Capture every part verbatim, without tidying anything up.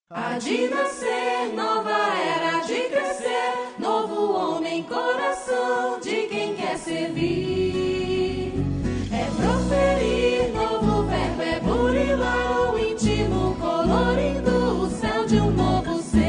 Há de nascer, nova era de crescer, novo homem, coração de quem quer servir. É proferir, novo verbo é burilar o íntimo, colorindo o céu de um novo ser.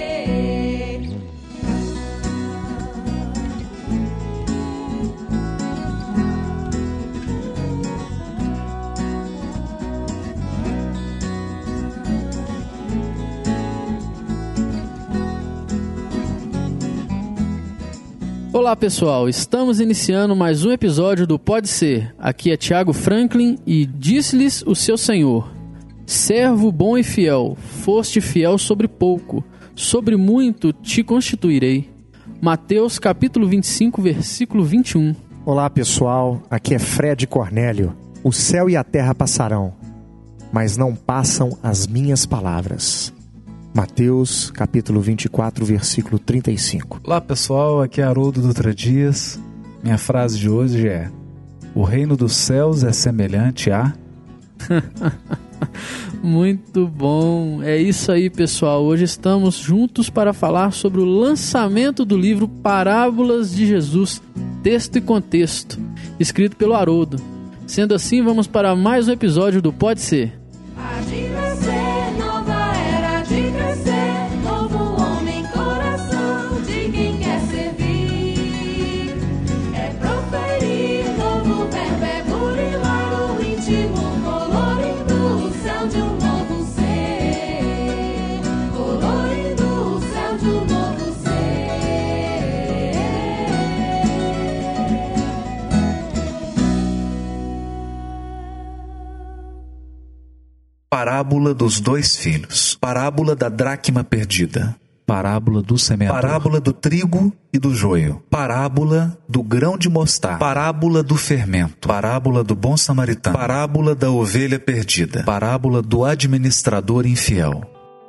Olá pessoal, estamos iniciando mais um episódio do Pode Ser. Aqui é Thiago Franklin e disse-lhes o seu Senhor: servo bom e fiel, foste fiel sobre pouco, sobre muito te constituirei. Mateus capítulo vinte e cinco, versículo vinte e um. Olá pessoal, aqui é Fred Cornélio. O céu e a terra passarão, mas não passam as minhas palavras. Mateus, capítulo vinte e quatro, versículo trinta e cinco. Olá pessoal, aqui é Haroldo Dutra Dias. Minha frase de hoje é: o reino dos céus é semelhante a... Muito bom, é isso aí pessoal. Hoje estamos juntos para falar sobre o lançamento do livro Parábolas de Jesus, texto e contexto, escrito pelo Haroldo. Sendo assim, vamos para mais um episódio do Pode Ser. Parábola dos dois filhos, parábola da dracma perdida, Parábola do semeador, parábola do trigo e do joio, parábola do grão de mostarda, parábola do fermento, parábola do bom samaritano, parábola da ovelha perdida, parábola do administrador infiel.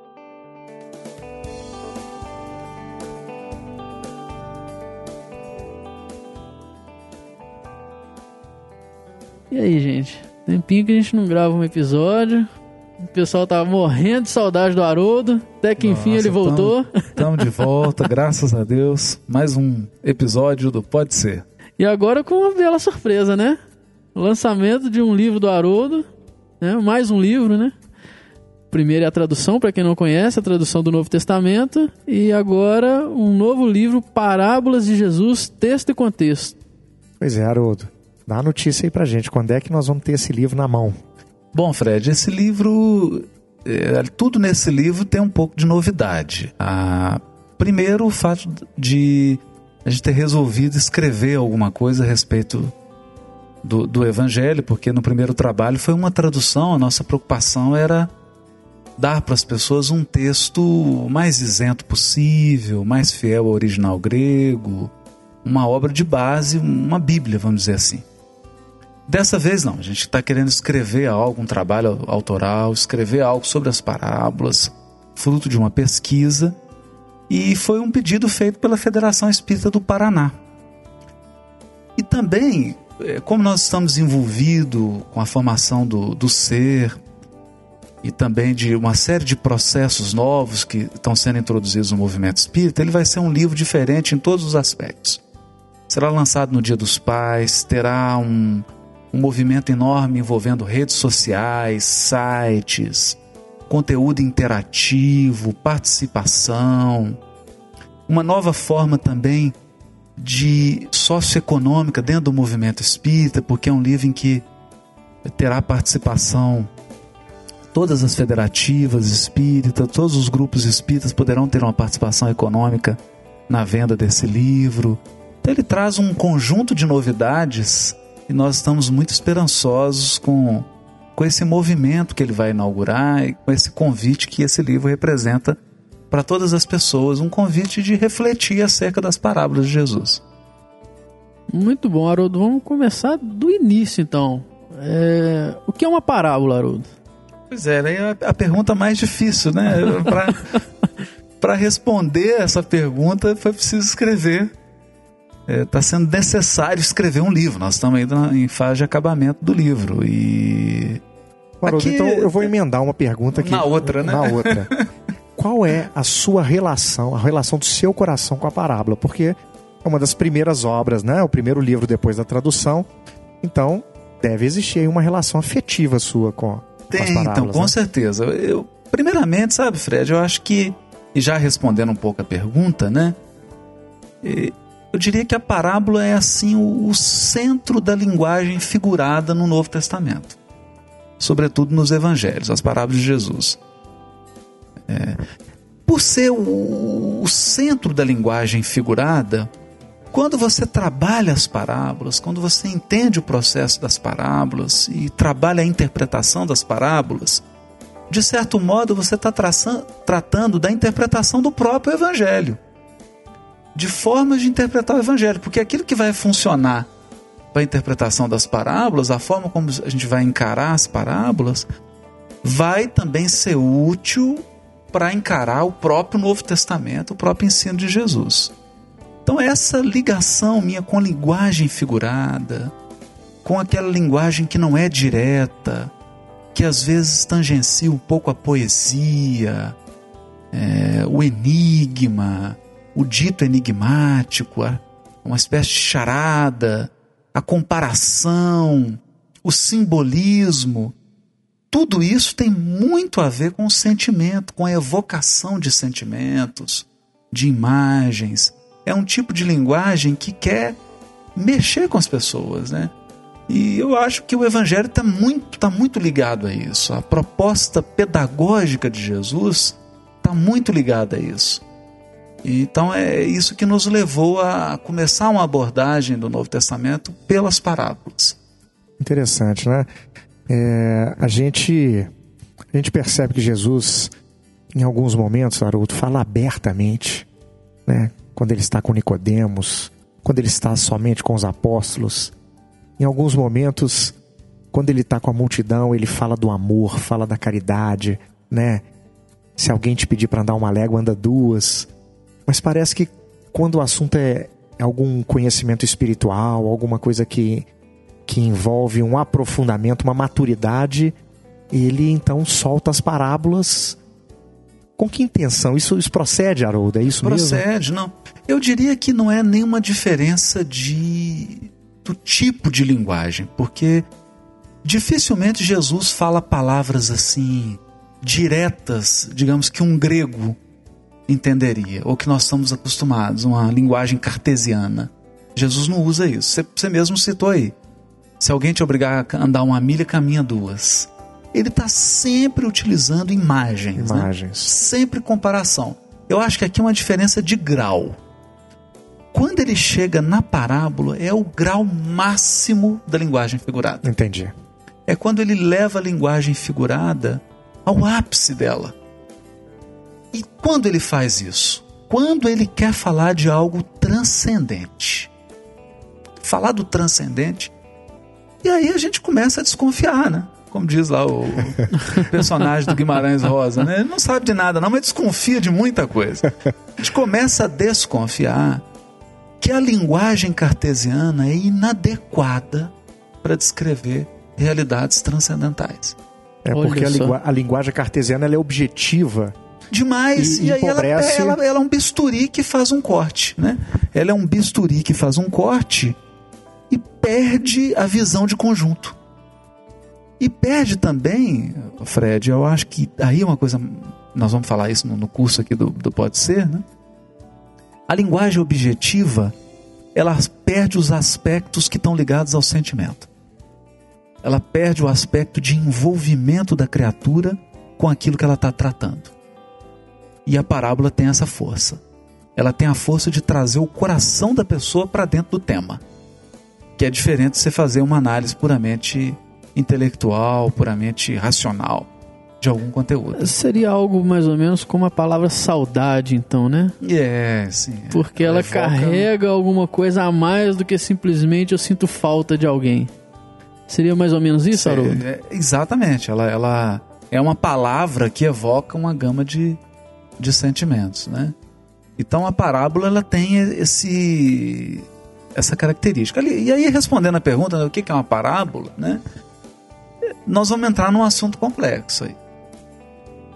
E aí, gente? Tempinho que a gente não grava um episódio. O pessoal tava morrendo de saudade do Haroldo. Até que enfim Nossa, ele voltou. Estamos de volta, graças a Deus. Mais um episódio do Pode Ser. E agora com uma bela surpresa, né? O lançamento de um livro do Haroldo, né? Mais um livro, né? Primeiro é a tradução, para quem não conhece, a tradução do Novo Testamento. E agora um novo livro, Parábolas de Jesus, texto e contexto. Pois é, Haroldo. Dá a notícia aí pra gente. Quando é que nós vamos ter esse livro na mão? Bom, Fred, esse livro, é, tudo nesse livro tem um pouco de novidade. Ah, primeiro, o fato de a gente ter resolvido escrever alguma coisa a respeito do, do Evangelho, porque no primeiro trabalho foi uma tradução. A nossa preocupação era dar para as pessoas um texto mais isento possível, mais fiel ao original grego, uma obra de base, uma Bíblia, vamos dizer assim. Dessa vez não, a gente está querendo escrever algo, um trabalho autoral, escrever algo sobre as parábolas, fruto de uma pesquisa, e foi um pedido feito pela Federação Espírita do Paraná. E também, como nós estamos envolvidos com a formação do, do ser, e também de uma série de processos novos que estão sendo introduzidos no movimento espírita, ele vai ser um livro diferente em todos os aspectos. Será lançado no Dia dos Pais, terá um... um movimento enorme envolvendo redes sociais, sites, conteúdo interativo, participação, uma nova forma também de socioeconômica dentro do movimento espírita, porque é um livro em que terá participação todas as federativas espíritas, todos os grupos espíritas poderão ter uma participação econômica na venda desse livro. Então ele traz um conjunto de novidades e nós estamos muito esperançosos com, com esse movimento que ele vai inaugurar e com esse convite que esse livro representa para todas as pessoas, um convite de refletir acerca das parábolas de Jesus. Muito bom, Haroldo. Vamos começar do início, então. É... O que é uma parábola, Haroldo? Pois é, é a, a pergunta mais difícil, né? Para responder essa pergunta foi preciso escrever. Está é, sendo necessário escrever um livro. Nós estamos ainda em fase de acabamento do livro. E Haroldo, aqui... então eu vou emendar uma pergunta aqui. Na outra, né? Na outra. qual é a sua relação, a relação do seu coração com a parábola? Porque é uma das primeiras obras, né? O primeiro livro depois da tradução. Então, deve existir aí uma relação afetiva sua com, Tem, com as parábolas. Então, com né? certeza. Eu, primeiramente, sabe, Fred, eu acho que, e já respondendo um pouco a pergunta, né? Eu diria que a parábola é, assim, o, o centro da linguagem figurada no Novo Testamento. Sobretudo nos Evangelhos, as parábolas de Jesus. É, por ser o, o centro da linguagem figurada, quando você trabalha as parábolas, quando você entende o processo das parábolas e trabalha a interpretação das parábolas, de certo modo você está tratando da interpretação do próprio Evangelho, de formas de interpretar o Evangelho, porque aquilo que vai funcionar para a interpretação das parábolas, a forma como a gente vai encarar as parábolas, vai também ser útil para encarar o próprio Novo Testamento, o próprio ensino de Jesus. Então essa ligação minha com a linguagem figurada, com aquela linguagem que não é direta, que às vezes tangencia um pouco a poesia, é, o enigma, o dito enigmático, uma espécie de charada, a comparação, o simbolismo, tudo isso tem muito a ver com o sentimento, com a evocação de sentimentos, de imagens. É um tipo de linguagem que quer mexer com as pessoas, né? E eu acho que o Evangelho está muito, tá muito ligado a isso. A proposta pedagógica de Jesus está muito ligada a isso. Então é isso que nos levou a começar uma abordagem do Novo Testamento pelas parábolas. Interessante, né? É, a, gente, a gente percebe que Jesus, em alguns momentos, Haroldo, fala abertamente, né? Quando ele está com Nicodemos, quando ele está somente com os apóstolos. Em alguns momentos, quando ele está com a multidão, ele fala do amor, fala da caridade, né? Se alguém te pedir para andar uma légua, anda duas. Mas parece que quando o assunto é algum conhecimento espiritual, alguma coisa que, que envolve um aprofundamento, uma maturidade, ele então solta as parábolas. Com que intenção? Isso, isso procede, Haroldo? É isso procede, mesmo? Procede, não. Eu diria que não é nenhuma diferença de, do tipo de linguagem, porque dificilmente Jesus fala palavras assim, diretas, digamos que um grego entenderia, ou que nós estamos acostumados, uma linguagem cartesiana. Jesus não usa isso. Você, você mesmo citou aí. Se alguém te obrigar a andar uma milha, caminha duas. Ele está sempre utilizando imagens, imagens. Né? Sempre comparação. Eu acho que aqui é uma diferença de grau. Quando ele chega na parábola, é o grau máximo da linguagem figurada. Entendi. É quando ele leva a linguagem figurada ao ápice dela. E quando ele faz isso? Quando ele quer falar de algo transcendente. Falar do transcendente. E aí a gente começa a desconfiar, né? Como diz lá o personagem do Guimarães Rosa, né? Ele não sabe de nada não, mas desconfia de muita coisa. A gente começa a desconfiar que a linguagem cartesiana é inadequada para descrever realidades transcendentais. É porque a, lingu- a linguagem cartesiana ela é objetiva. Demais. E, e aí ela, ela, ela é um bisturi que faz um corte, né? Ela é um bisturi que faz um corte e perde a visão de conjunto. E perde também, Fred, eu acho que aí é uma coisa, nós vamos falar isso no, no curso aqui do, do Pode Ser, né? A linguagem objetiva, ela perde os aspectos que estão ligados ao sentimento. Ela perde o aspecto de envolvimento da criatura com aquilo que ela está tratando. E a parábola tem essa força. Ela tem a força de trazer o coração da pessoa para dentro do tema. Que é diferente de você fazer uma análise puramente intelectual, puramente racional de algum conteúdo. Seria algo mais ou menos como a palavra saudade, então, né? É, sim. Porque ela, ela evoca... carrega alguma coisa a mais do que simplesmente eu sinto falta de alguém. Seria mais ou menos isso, Haroldo? É, exatamente. Ela, ela é uma palavra que evoca uma gama de, de sentimentos, né? Então a parábola ela tem esse, essa característica. E aí, respondendo a pergunta, o que é uma parábola, né? Nós vamos entrar num assunto complexo aí.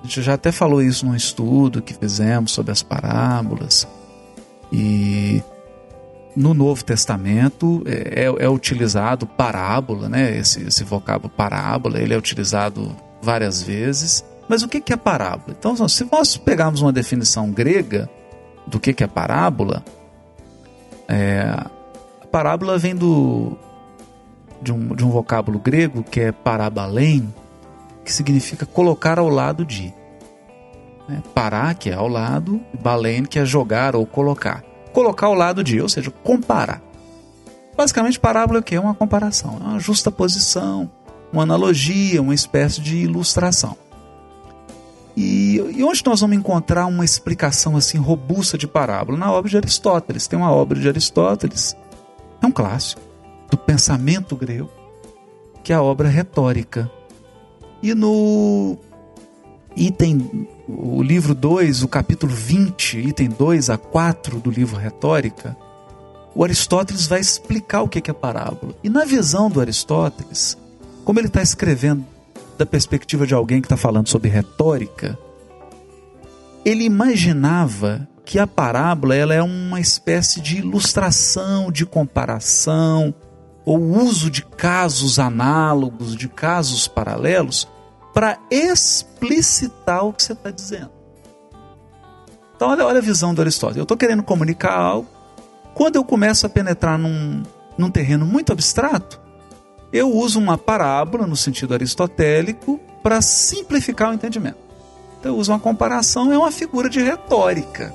A gente já até falou isso num estudo que fizemos sobre as parábolas. E no Novo Testamento é, é utilizado parábola, né? Esse, esse vocábulo parábola, ele é utilizado várias vezes. Mas o que é parábola? Então, se nós pegarmos uma definição grega do que é parábola, é, a parábola vem do, de, um, de um vocábulo grego que é parabalém, que significa colocar ao lado de. Né? Pará, que é ao lado, balém, que é jogar ou colocar. Colocar ao lado de, ou seja, comparar. Basicamente, parábola é o quê? É uma comparação, é uma justaposição, uma analogia, uma espécie de ilustração. E, e onde nós vamos encontrar uma explicação assim robusta de parábola? Na obra de Aristóteles. Tem uma obra de Aristóteles, é um clássico, do pensamento grego, que é a obra Retórica. E no item, o livro dois, o capítulo vinte, item dois a quatro do livro Retórica, o Aristóteles vai explicar o que é parábola. E na visão do Aristóteles, como ele está escrevendo da perspectiva de alguém que está falando sobre retórica, ele imaginava que a parábola ela é uma espécie de ilustração, de comparação, ou uso de casos análogos, de casos paralelos, para explicitar o que você está dizendo. Então olha, olha a visão do Aristóteles. Eu estou querendo comunicar algo, quando eu começo a penetrar num, num terreno muito abstrato, eu uso uma parábola, no sentido aristotélico, para simplificar o entendimento. Então eu uso uma comparação, é uma figura de retórica.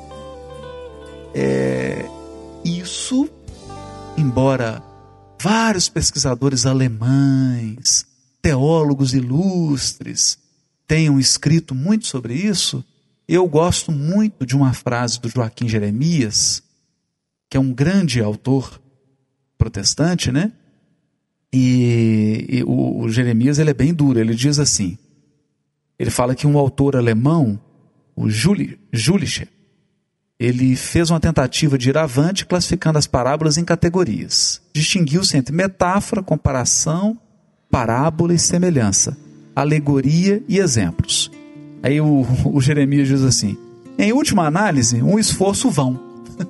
É, isso, embora vários pesquisadores alemães, teólogos ilustres, tenham escrito muito sobre isso, eu gosto muito de uma frase do Joaquim Jeremias, que é um grande autor protestante, né? E, e o, o Jeremias ele é bem duro, ele diz assim, ele fala que um autor alemão, o Jülicher, ele fez uma tentativa de ir avante classificando as parábolas em categorias. Distinguiu-se entre metáfora, comparação, parábola e semelhança, alegoria e exemplos. Aí o, o Jeremias diz assim, em última análise, um esforço vão.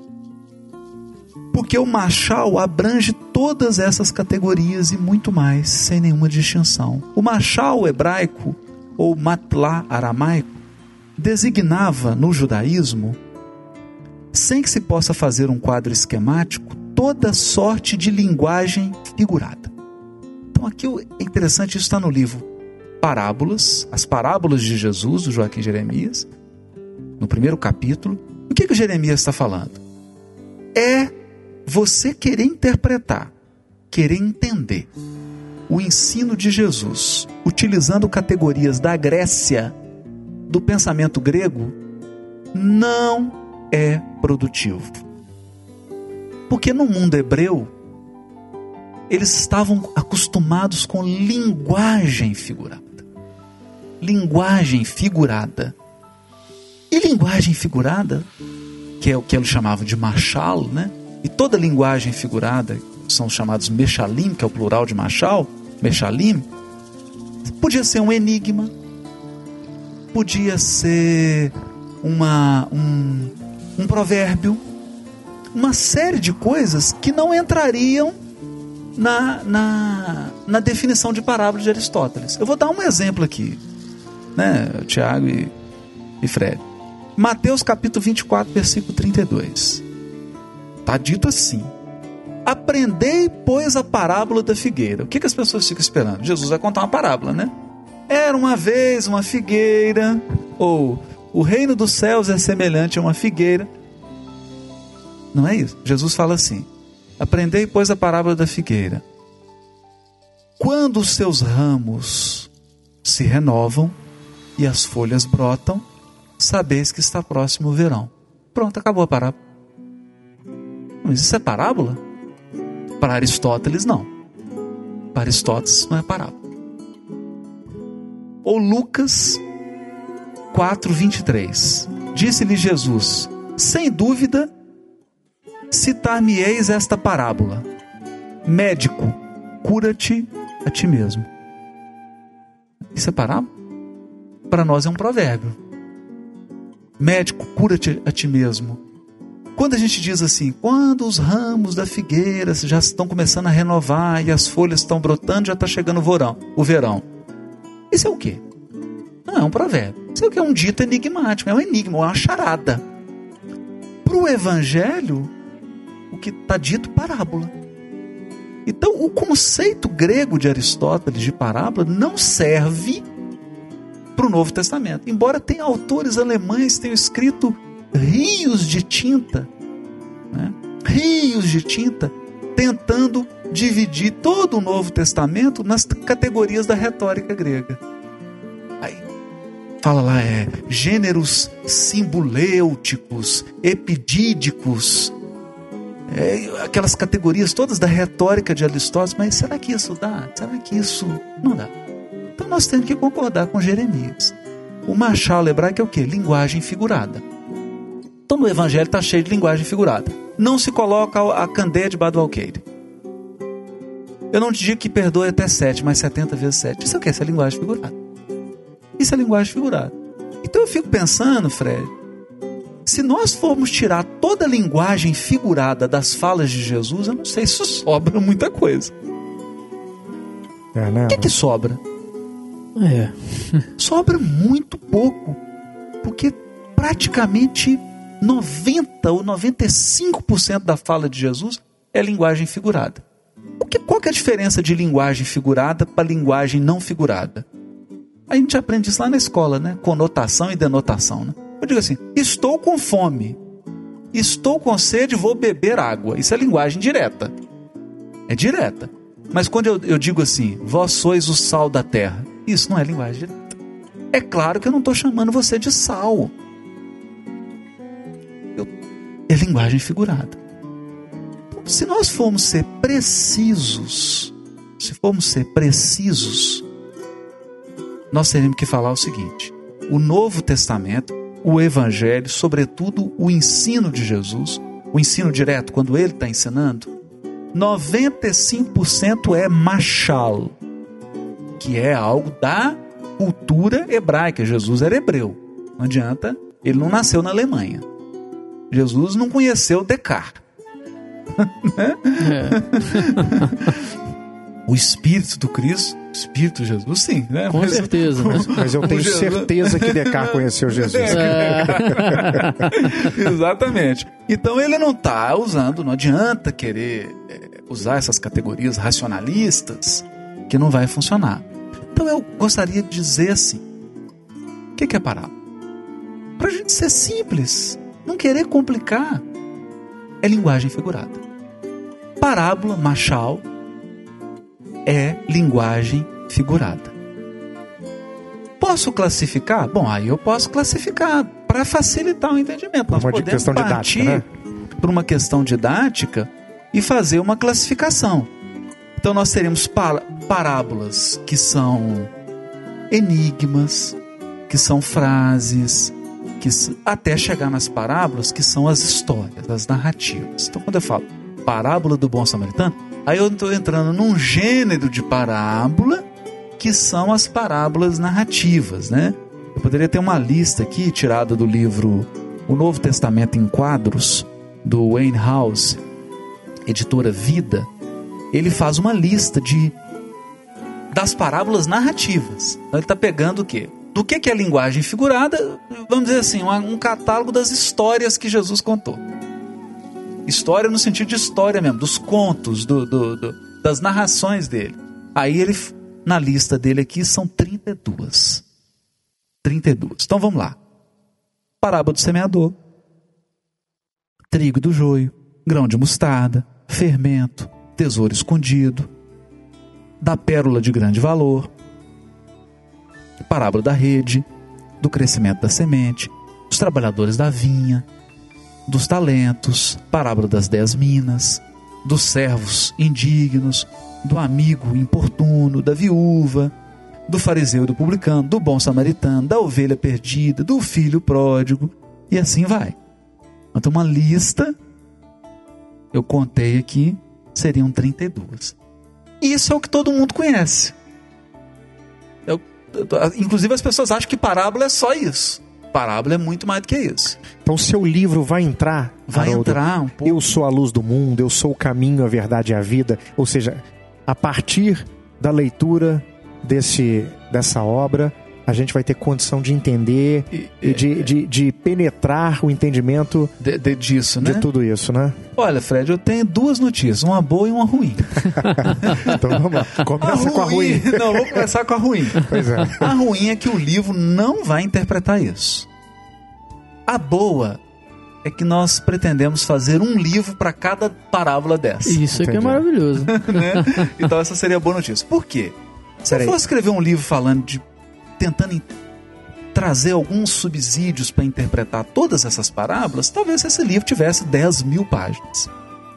Porque o Machal abrange todas essas categorias e muito mais, sem nenhuma distinção. O Machal hebraico, ou Matlá aramaico, designava no judaísmo, sem que se possa fazer um quadro esquemático, toda sorte de linguagem figurada. Então aqui é interessante, isso está no livro Parábolas, as parábolas de Jesus, do Joaquim Jeremias, no primeiro capítulo. O que, que o Jeremias está falando? É você querer interpretar, querer entender o ensino de Jesus, utilizando categorias da Grécia, do pensamento grego, não é produtivo. Porque no mundo hebreu, eles estavam acostumados com linguagem figurada. Linguagem figurada. E linguagem figurada, que é o que eles chamavam de machal, né? E toda linguagem figurada, são chamados mechalim, que é o plural de machal, mechalim, podia ser um enigma, podia ser uma, um, um provérbio, uma série de coisas que não entrariam na, na, na definição de parábola de Aristóteles. Eu vou dar um exemplo aqui, né, Tiago e, e Fred. Mateus capítulo vinte e quatro, versículo trinta e dois. Está dito assim: aprendei, pois, a parábola da figueira. O que, que as pessoas ficam esperando? Jesus vai contar uma parábola, né? Era uma vez uma figueira, ou o reino dos céus é semelhante a uma figueira. Não é isso. Jesus fala assim: aprendei, pois, a parábola da figueira. Quando os seus ramos se renovam e as folhas brotam, sabeis que está próximo o verão. Pronto, acabou a parábola. Mas isso é parábola? Para Aristóteles, não. Para Aristóteles, não é parábola. Ou Lucas quatro, vinte e três. Disse-lhe Jesus: sem dúvida, citar-me-eis esta parábola: médico, cura-te a ti mesmo. Isso é parábola? para nós é um provérbio. Médico, cura-te a ti mesmo. Quando a gente diz assim, quando os ramos da figueira já estão começando a renovar e as folhas estão brotando, já está chegando o verão, o verão. Isso é o quê? Não é um provérbio. Isso é o que é um dito enigmático, é um enigma, é uma charada. Para o evangelho, o que está dito, parábola. Então, o conceito grego de Aristóteles de parábola não serve para o Novo Testamento. Embora tenha autores alemães que tenham escrito rios de tinta, né? rios de tinta, tentando dividir todo o Novo Testamento nas categorias da retórica grega. Aí fala lá, é gêneros simbolêuticos, epidídicos, é, aquelas categorias todas da retórica de Aristóteles. Mas será que isso dá? Será que isso não dá? Então nós temos que concordar com Jeremias. O machal hebraico é o quê? Linguagem figurada. Então no evangelho está cheio de linguagem figurada. Não se coloca a candeia debaixo do alqueire. Eu não te digo que perdoe até sete, mas setenta vezes sete. Isso é o quê? Isso é linguagem figurada. Isso é linguagem figurada. Então eu fico pensando, Fred, se nós formos tirar toda a linguagem figurada das falas de Jesus, eu não sei se sobra muita coisa. É, né? O que é que sobra? É. Sobra muito pouco. Porque praticamente noventa ou noventa e cinco por cento da fala de Jesus é linguagem figurada. O que, qual que é a diferença de linguagem figurada para linguagem não figurada? A gente aprende isso lá na escola, né? Conotação e denotação, né? Eu digo assim, estou com fome, estou com sede, vou beber água. Isso é linguagem direta. É direta. Mas quando eu, eu digo assim, vós sois o sal da terra, isso não é linguagem direta. É claro que eu não estou chamando você de sal. Eu, é linguagem figurada. Então, se nós formos ser precisos, se formos ser precisos, nós teremos que falar o seguinte: o Novo Testamento, o Evangelho, sobretudo o ensino de Jesus, o ensino direto, quando ele está ensinando, noventa e cinco por cento é machal, que é algo da cultura hebraica. Jesus era hebreu. Não adianta, ele não nasceu na Alemanha. Jesus não conheceu Descartes. É. O Espírito do Cristo, o Espírito de Jesus, sim, né? Com mas, certeza. Né? Mas eu tenho Jesus... certeza que Descartes conheceu Jesus. É. Exatamente. Então ele não está usando, não adianta querer é, usar essas categorias racionalistas, que não vai funcionar. Então eu gostaria de dizer assim, o que, que é parábola? Para a gente ser simples, não querer complicar, é linguagem figurada. Parábola, machal, é linguagem figurada. Posso classificar? Bom, aí eu posso classificar para facilitar o entendimento. Nós uma podemos questão partir didática, né? para uma questão didática e fazer uma classificação. Então nós teremos par- parábolas que são enigmas, que são frases, que s- até chegar nas parábolas que são as histórias, as narrativas. Então quando eu falo parábola do bom samaritano, aí eu estou entrando num gênero de parábola que são as parábolas narrativas, né? Eu poderia ter uma lista aqui tirada do livro O Novo Testamento em Quadros, do Wayne House, editora Vida. Ele faz uma lista de das parábolas narrativas. Então ele está pegando o quê? Do que, que é linguagem figurada? Vamos dizer assim, um, um catálogo das histórias que Jesus contou. História no sentido de história mesmo, dos contos, do, do, do, das narrações dele. Aí ele, na lista dele aqui, são trinta e duas. trinta e duas. Então vamos lá. Parábola do semeador, trigo do joio, grão de mostarda, fermento, tesouro escondido, da pérola de grande valor, parábola da rede, do crescimento da semente, dos trabalhadores da vinha, dos talentos, parábola das dez minas, dos servos indignos, do amigo importuno, da viúva, do fariseu e do publicano, do bom samaritano, da ovelha perdida, do filho pródigo, e assim vai. Então uma lista, eu contei aqui, seriam trinta e duas. Isso é o que todo mundo conhece. É o, Inclusive as pessoas acham que parábola é só isso. Parábola é muito mais do que isso. Então seu livro vai entrar, Vai Haroldo, entrar um pouco. Eu sou a luz do mundo, eu sou o caminho, a verdade e a vida. Ou seja, a partir da leitura desse, dessa obra, a gente vai ter condição de entender e, e de, de, de penetrar o entendimento de, de, disso, né? de tudo isso, né? Olha, Fred, eu tenho duas notícias, uma boa e uma ruim. Então vamos lá, começa a com a ruim. Não, vou começar com a ruim. Pois é. A ruim é que o livro não vai interpretar isso. A boa é que nós pretendemos fazer um livro para cada parábola dessa. Isso aqui é Entendi. maravilhoso. Né? Então essa seria a boa notícia. Por quê? Se eu Peraí. for escrever um livro falando de... tentando in- trazer alguns subsídios para interpretar todas essas parábolas, talvez esse livro tivesse dez mil páginas.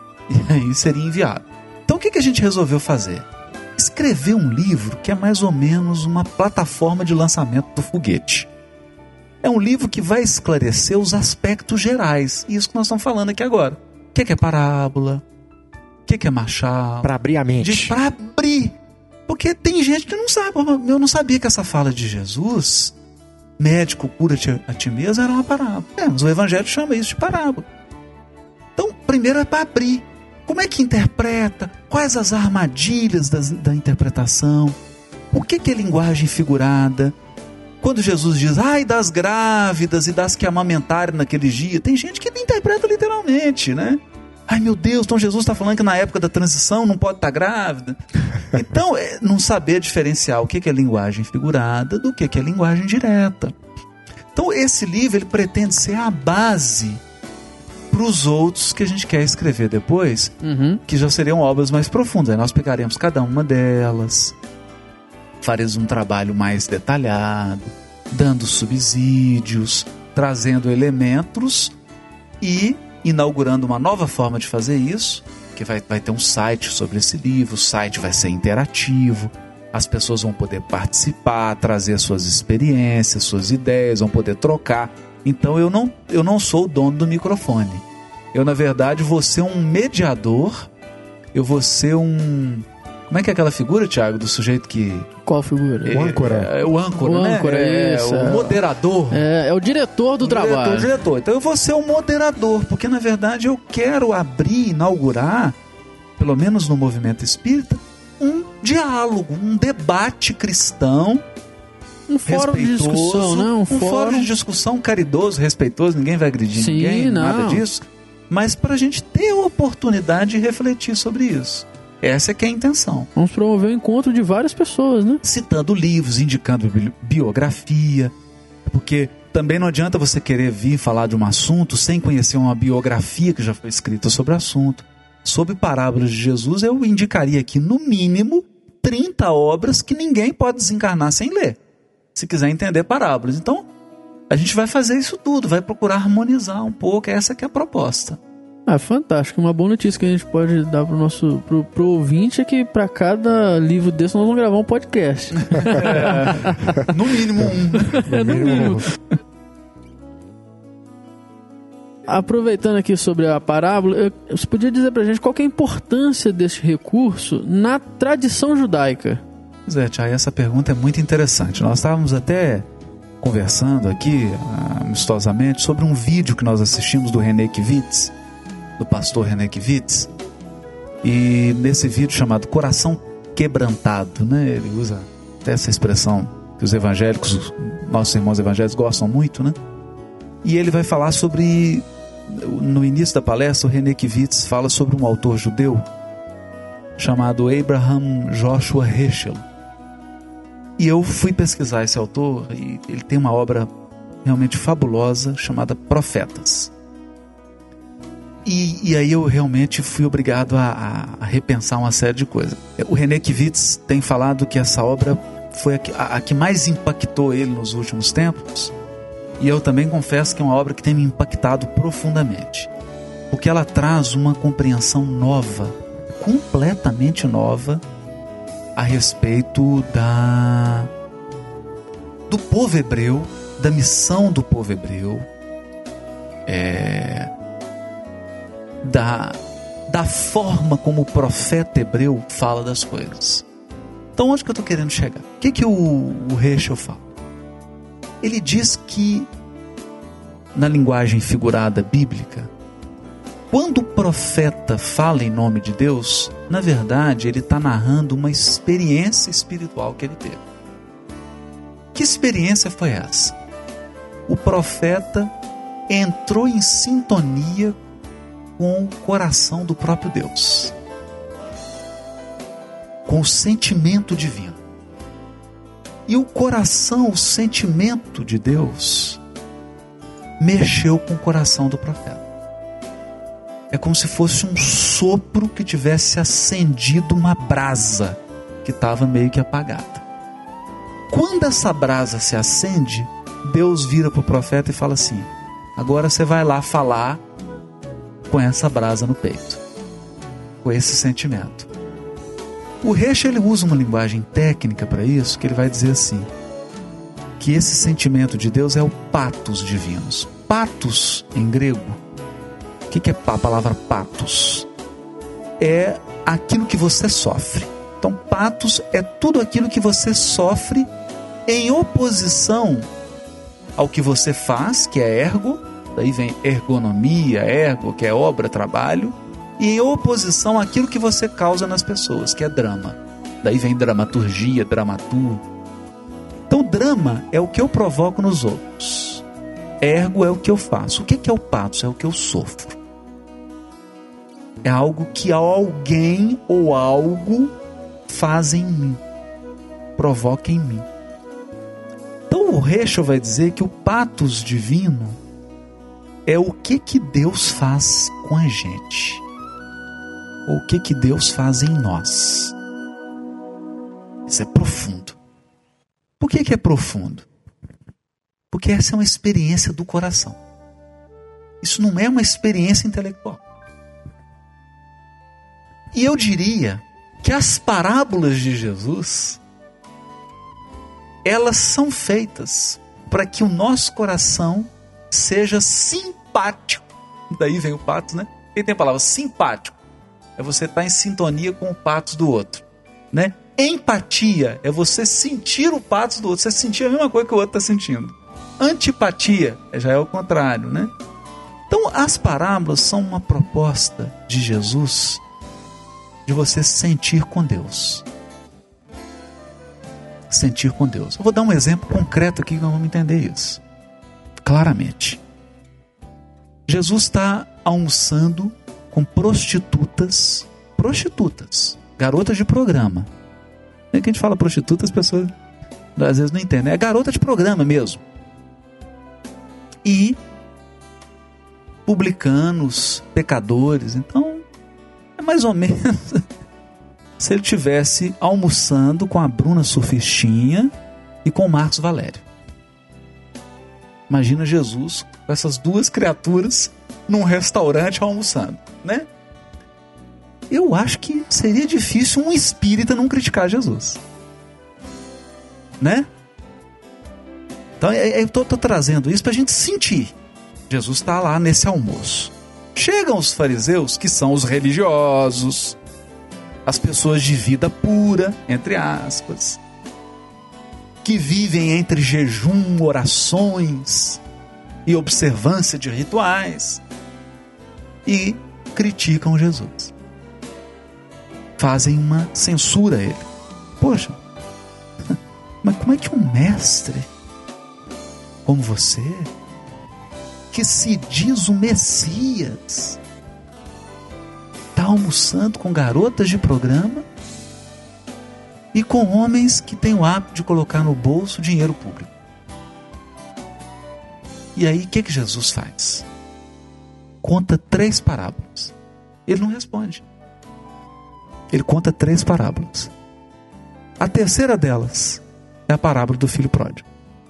E aí seria inviável. Então o que, que a gente resolveu fazer? Escrever um livro que é mais ou menos uma plataforma de lançamento do foguete. É um livro que vai esclarecer os aspectos gerais. Isso que nós estamos falando aqui agora. O que, que é parábola? O que, que é machal? Para abrir a mente. Para abrir. Porque tem gente que não sabe. Eu não sabia que essa fala de Jesus, médico, cura-te a ti mesmo, era uma parábola. É, mas o Evangelho chama isso de parábola. Então, primeiro é para abrir. Como é que interpreta? Quais as armadilhas das, da interpretação? O que, que é linguagem figurada? Quando Jesus diz, ai, das grávidas e das que amamentarem naquele dia, tem gente que interpreta literalmente, né? Ai, meu Deus, então Jesus está falando que na época da transição não pode estar grávida. Então, é não saber diferenciar o que é linguagem figurada do que é linguagem direta. Então, esse livro ele pretende ser a base para os outros que a gente quer escrever depois, Uhum. que já seriam obras mais profundas. Aí nós pegaremos cada uma delas, faremos um trabalho mais detalhado, dando subsídios, trazendo elementos e inaugurando uma nova forma de fazer isso, que vai, vai ter um site sobre esse livro, o site vai ser interativo, as pessoas vão poder participar, trazer suas experiências, suas ideias, vão poder trocar. Então eu não, eu não sou o dono do microfone. Eu, na verdade, vou ser um mediador, eu vou ser um... Como é que é aquela figura, Thiago, do sujeito que... Qual figura? O âncora. É, é o âncora, O né? âncora, é, isso, o é. moderador. É, é o diretor do O diretor, trabalho. o diretor. Então eu vou ser o moderador, porque na verdade eu quero abrir, inaugurar, pelo menos no movimento espírita, um diálogo, um debate cristão, Um fórum de respeitoso, discussão, né? Um, um fórum de discussão caridoso, respeitoso, ninguém vai agredir Sim, ninguém, não. nada disso, mas para a gente ter a oportunidade de refletir sobre isso. Essa é que é a intenção. Vamos promover o encontro de várias pessoas, né? Citando livros, indicando bi- biografia, porque também não adianta você querer vir falar de um assunto sem conhecer uma biografia que já foi escrita sobre o assunto. Sobre parábolas de Jesus, eu indicaria aqui, no mínimo, trinta obras que ninguém pode desencarnar sem ler, se quiser entender parábolas. Então, a gente vai fazer isso tudo, vai procurar harmonizar um pouco, essa que é a proposta. Ah, fantástico. Uma boa notícia que a gente pode dar pro nosso pro, pro ouvinte é que para cada livro desse nós vamos gravar um podcast. É, no mínimo um. É, no mínimo. Aproveitando aqui sobre a parábola, eu- você podia dizer pra gente qual que é a importância deste recurso na tradição judaica? Pois é, Tia, essa pergunta é muito interessante. Nós estávamos até conversando aqui, amistosamente, sobre um vídeo que nós assistimos do René Kivitz, do pastor René Kivitz, e nesse vídeo chamado Coração Quebrantado, né? Ele usa até essa expressão que os evangélicos, os nossos irmãos evangélicos gostam muito, né? E ele vai falar sobre, no início da palestra, o René Kivitz fala sobre um autor judeu chamado Abraham Joshua Heschel. E eu fui pesquisar esse autor e ele tem uma obra realmente fabulosa chamada Profetas. E, e aí eu realmente fui obrigado a, a, a repensar uma série de coisas. O René Kivitz tem falado que essa obra foi a que, a, a que mais impactou ele nos últimos tempos. E eu também confesso que é uma obra que tem me impactado profundamente. Porque ela traz uma compreensão nova, completamente nova, a respeito da do povo hebreu, da missão do povo hebreu, é, da, da forma como o profeta hebreu fala das coisas. Então Então onde que eu estou querendo chegar? O que, que o, o Heschel fala? Ele diz que, na linguagem figurada bíblica, quando o profeta fala em nome de Deus, na verdade ele está narrando uma experiência espiritual que ele teve. Que experiência foi essa? O profeta entrou em sintonia com o coração do próprio Deus, com o sentimento divino. E o coração, o sentimento de Deus, mexeu com o coração do profeta. É como se fosse um sopro que tivesse acendido uma brasa que estava meio que apagada. Quando essa brasa se acende, Deus vira para o profeta e fala assim: agora você vai lá falar com essa brasa no peito, com esse sentimento. O Heschel, ele usa uma linguagem técnica para isso, que ele vai dizer assim, que esse sentimento de Deus é o patos divinos. Patos, em grego, o que, que é a palavra patos? É aquilo que você sofre. Então, patos é tudo aquilo que você sofre em oposição ao que você faz, que é ergo, daí vem ergonomia, ergo, que é obra, trabalho, e em oposição àquilo que você causa nas pessoas, que é drama. Daí vem dramaturgia, dramaturgo. Então, drama é o que eu provoco nos outros. Ergo é o que eu faço. O que é o patos? É o que eu sofro. É algo que alguém ou algo faz em mim, provoca em mim. Então o Heschel vai dizer que o patos divino é o que, que Deus faz com a gente, ou o que, que Deus faz em nós. Isso é profundo. Por que, que é profundo? Porque essa é uma experiência do coração. Isso não é uma experiência intelectual. E eu diria que as parábolas de Jesus, elas são feitas para que o nosso coração seja simpático. Daí vem o patos, né? Quem tem a palavra simpático? É você estar em sintonia com o patos do outro, né? Empatia é você sentir o patos do outro, você sentir a mesma coisa que o outro está sentindo. Antipatia já é o contrário, né? Então as parábolas são uma proposta de Jesus de você sentir com Deus. Sentir com Deus. Eu vou dar um exemplo concreto aqui que nós vamos entender isso claramente. Jesus está almoçando com prostitutas, prostitutas, garotas de programa. É que a gente fala prostituta, as pessoas às vezes não entendem. É garota de programa mesmo. E publicanos, pecadores. Então, é mais ou menos se ele tivesse almoçando com a Bruna Surfistinha e com o Marcos Valério. Imagina Jesus com essas duas criaturas num restaurante almoçando, né? Eu acho que seria difícil um espírita não criticar Jesus, né? Então eu estou trazendo isso para a gente sentir. Jesus está lá nesse almoço. Chegam os fariseus, que são os religiosos, as pessoas de vida pura, entre aspas, que vivem entre jejum, orações e observância de rituais, e criticam Jesus. Fazem uma censura a ele. Poxa, mas como é que um mestre como você, que se diz o Messias, está almoçando com garotas de programa e com homens que têm o hábito de colocar no bolso dinheiro público? E aí o que, que Jesus faz? Conta três parábolas. Ele não responde. Ele conta três parábolas. A terceira delas é a parábola do filho pródigo.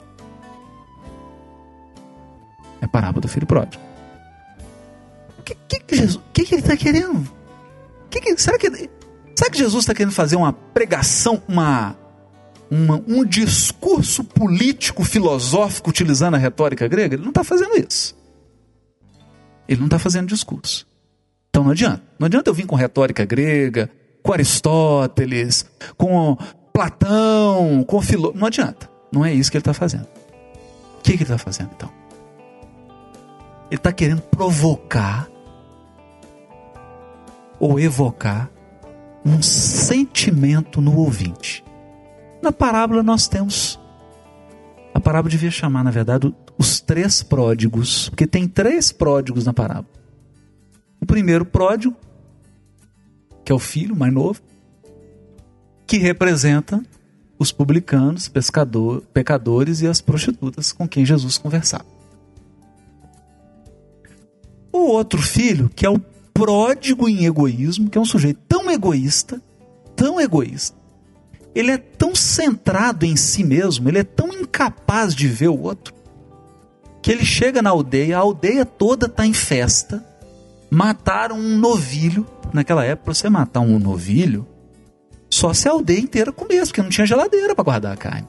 É a parábola do filho pródigo. O que, que, que, Jesus, que, que ele está querendo? Que que, será, que, será que Jesus está querendo fazer uma pregação, uma, uma, um discurso político, filosófico, utilizando a retórica grega? Ele não está fazendo isso. Ele não está fazendo discurso. Então não adianta. Não adianta eu vir com retórica grega, com Aristóteles, com Platão, com Filó. Não adianta. Não é isso que ele está fazendo. O que, que ele está fazendo, então? Ele está querendo provocar ou evocar um sentimento no ouvinte. Na parábola nós temos, a parábola devia chamar, na verdade, os três pródigos, porque tem três pródigos na parábola. O primeiro pródigo, que é o filho mais novo, que representa os publicanos, pescador, pecadores e as prostitutas com quem Jesus conversava. O outro filho, que é o pródigo em egoísmo, que é um sujeito tão egoísta, tão egoísta, ele é tão centrado em si mesmo, ele é tão incapaz de ver o outro, que ele chega na aldeia, a aldeia toda está em festa, mataram um novilho. Naquela época, para você matar um novilho, só se a aldeia inteira comesse, porque não tinha geladeira para guardar a carne.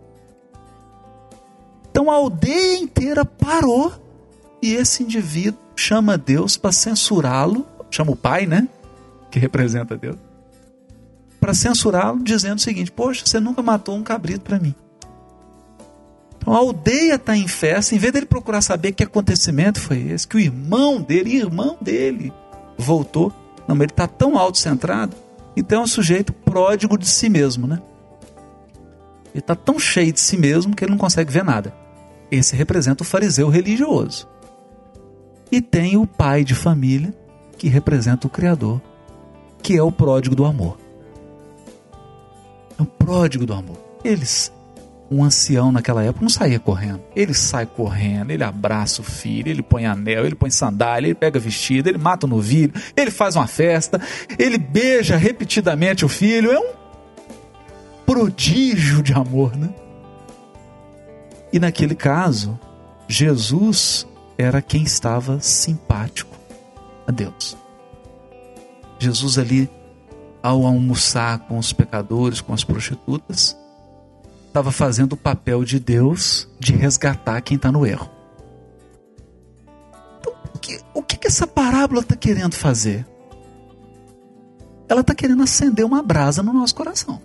Então a aldeia inteira parou, e esse indivíduo chama Deus para censurá-lo, chama o pai, né, que representa Deus, para censurá-lo, dizendo o seguinte: poxa, você nunca matou um cabrito para mim. Então a aldeia está em festa, em vez dele procurar saber que acontecimento foi esse, que o irmão dele, irmão dele, voltou. Não, mas ele está tão autocentrado, então é um sujeito pródigo de si mesmo, né? Ele está tão cheio de si mesmo que ele não consegue ver nada. Esse representa o fariseu religioso. E tem o pai de família, que representa o Criador, que é o pródigo do amor. É o pródigo do amor. Eles, um ancião naquela época não saía correndo. Ele sai correndo, ele abraça o filho, ele põe anel, ele põe sandália, ele pega vestido, ele mata o novilho, ele faz uma festa, ele beija repetidamente o filho. É um prodígio de amor, né? E naquele caso, Jesus era quem estava simpático a Deus. Jesus ali, ao almoçar com os pecadores, com as prostitutas, estava fazendo o papel de Deus de resgatar quem está no erro. Então, o que, o que essa parábola está querendo fazer? Ela está querendo acender uma brasa no nosso coração.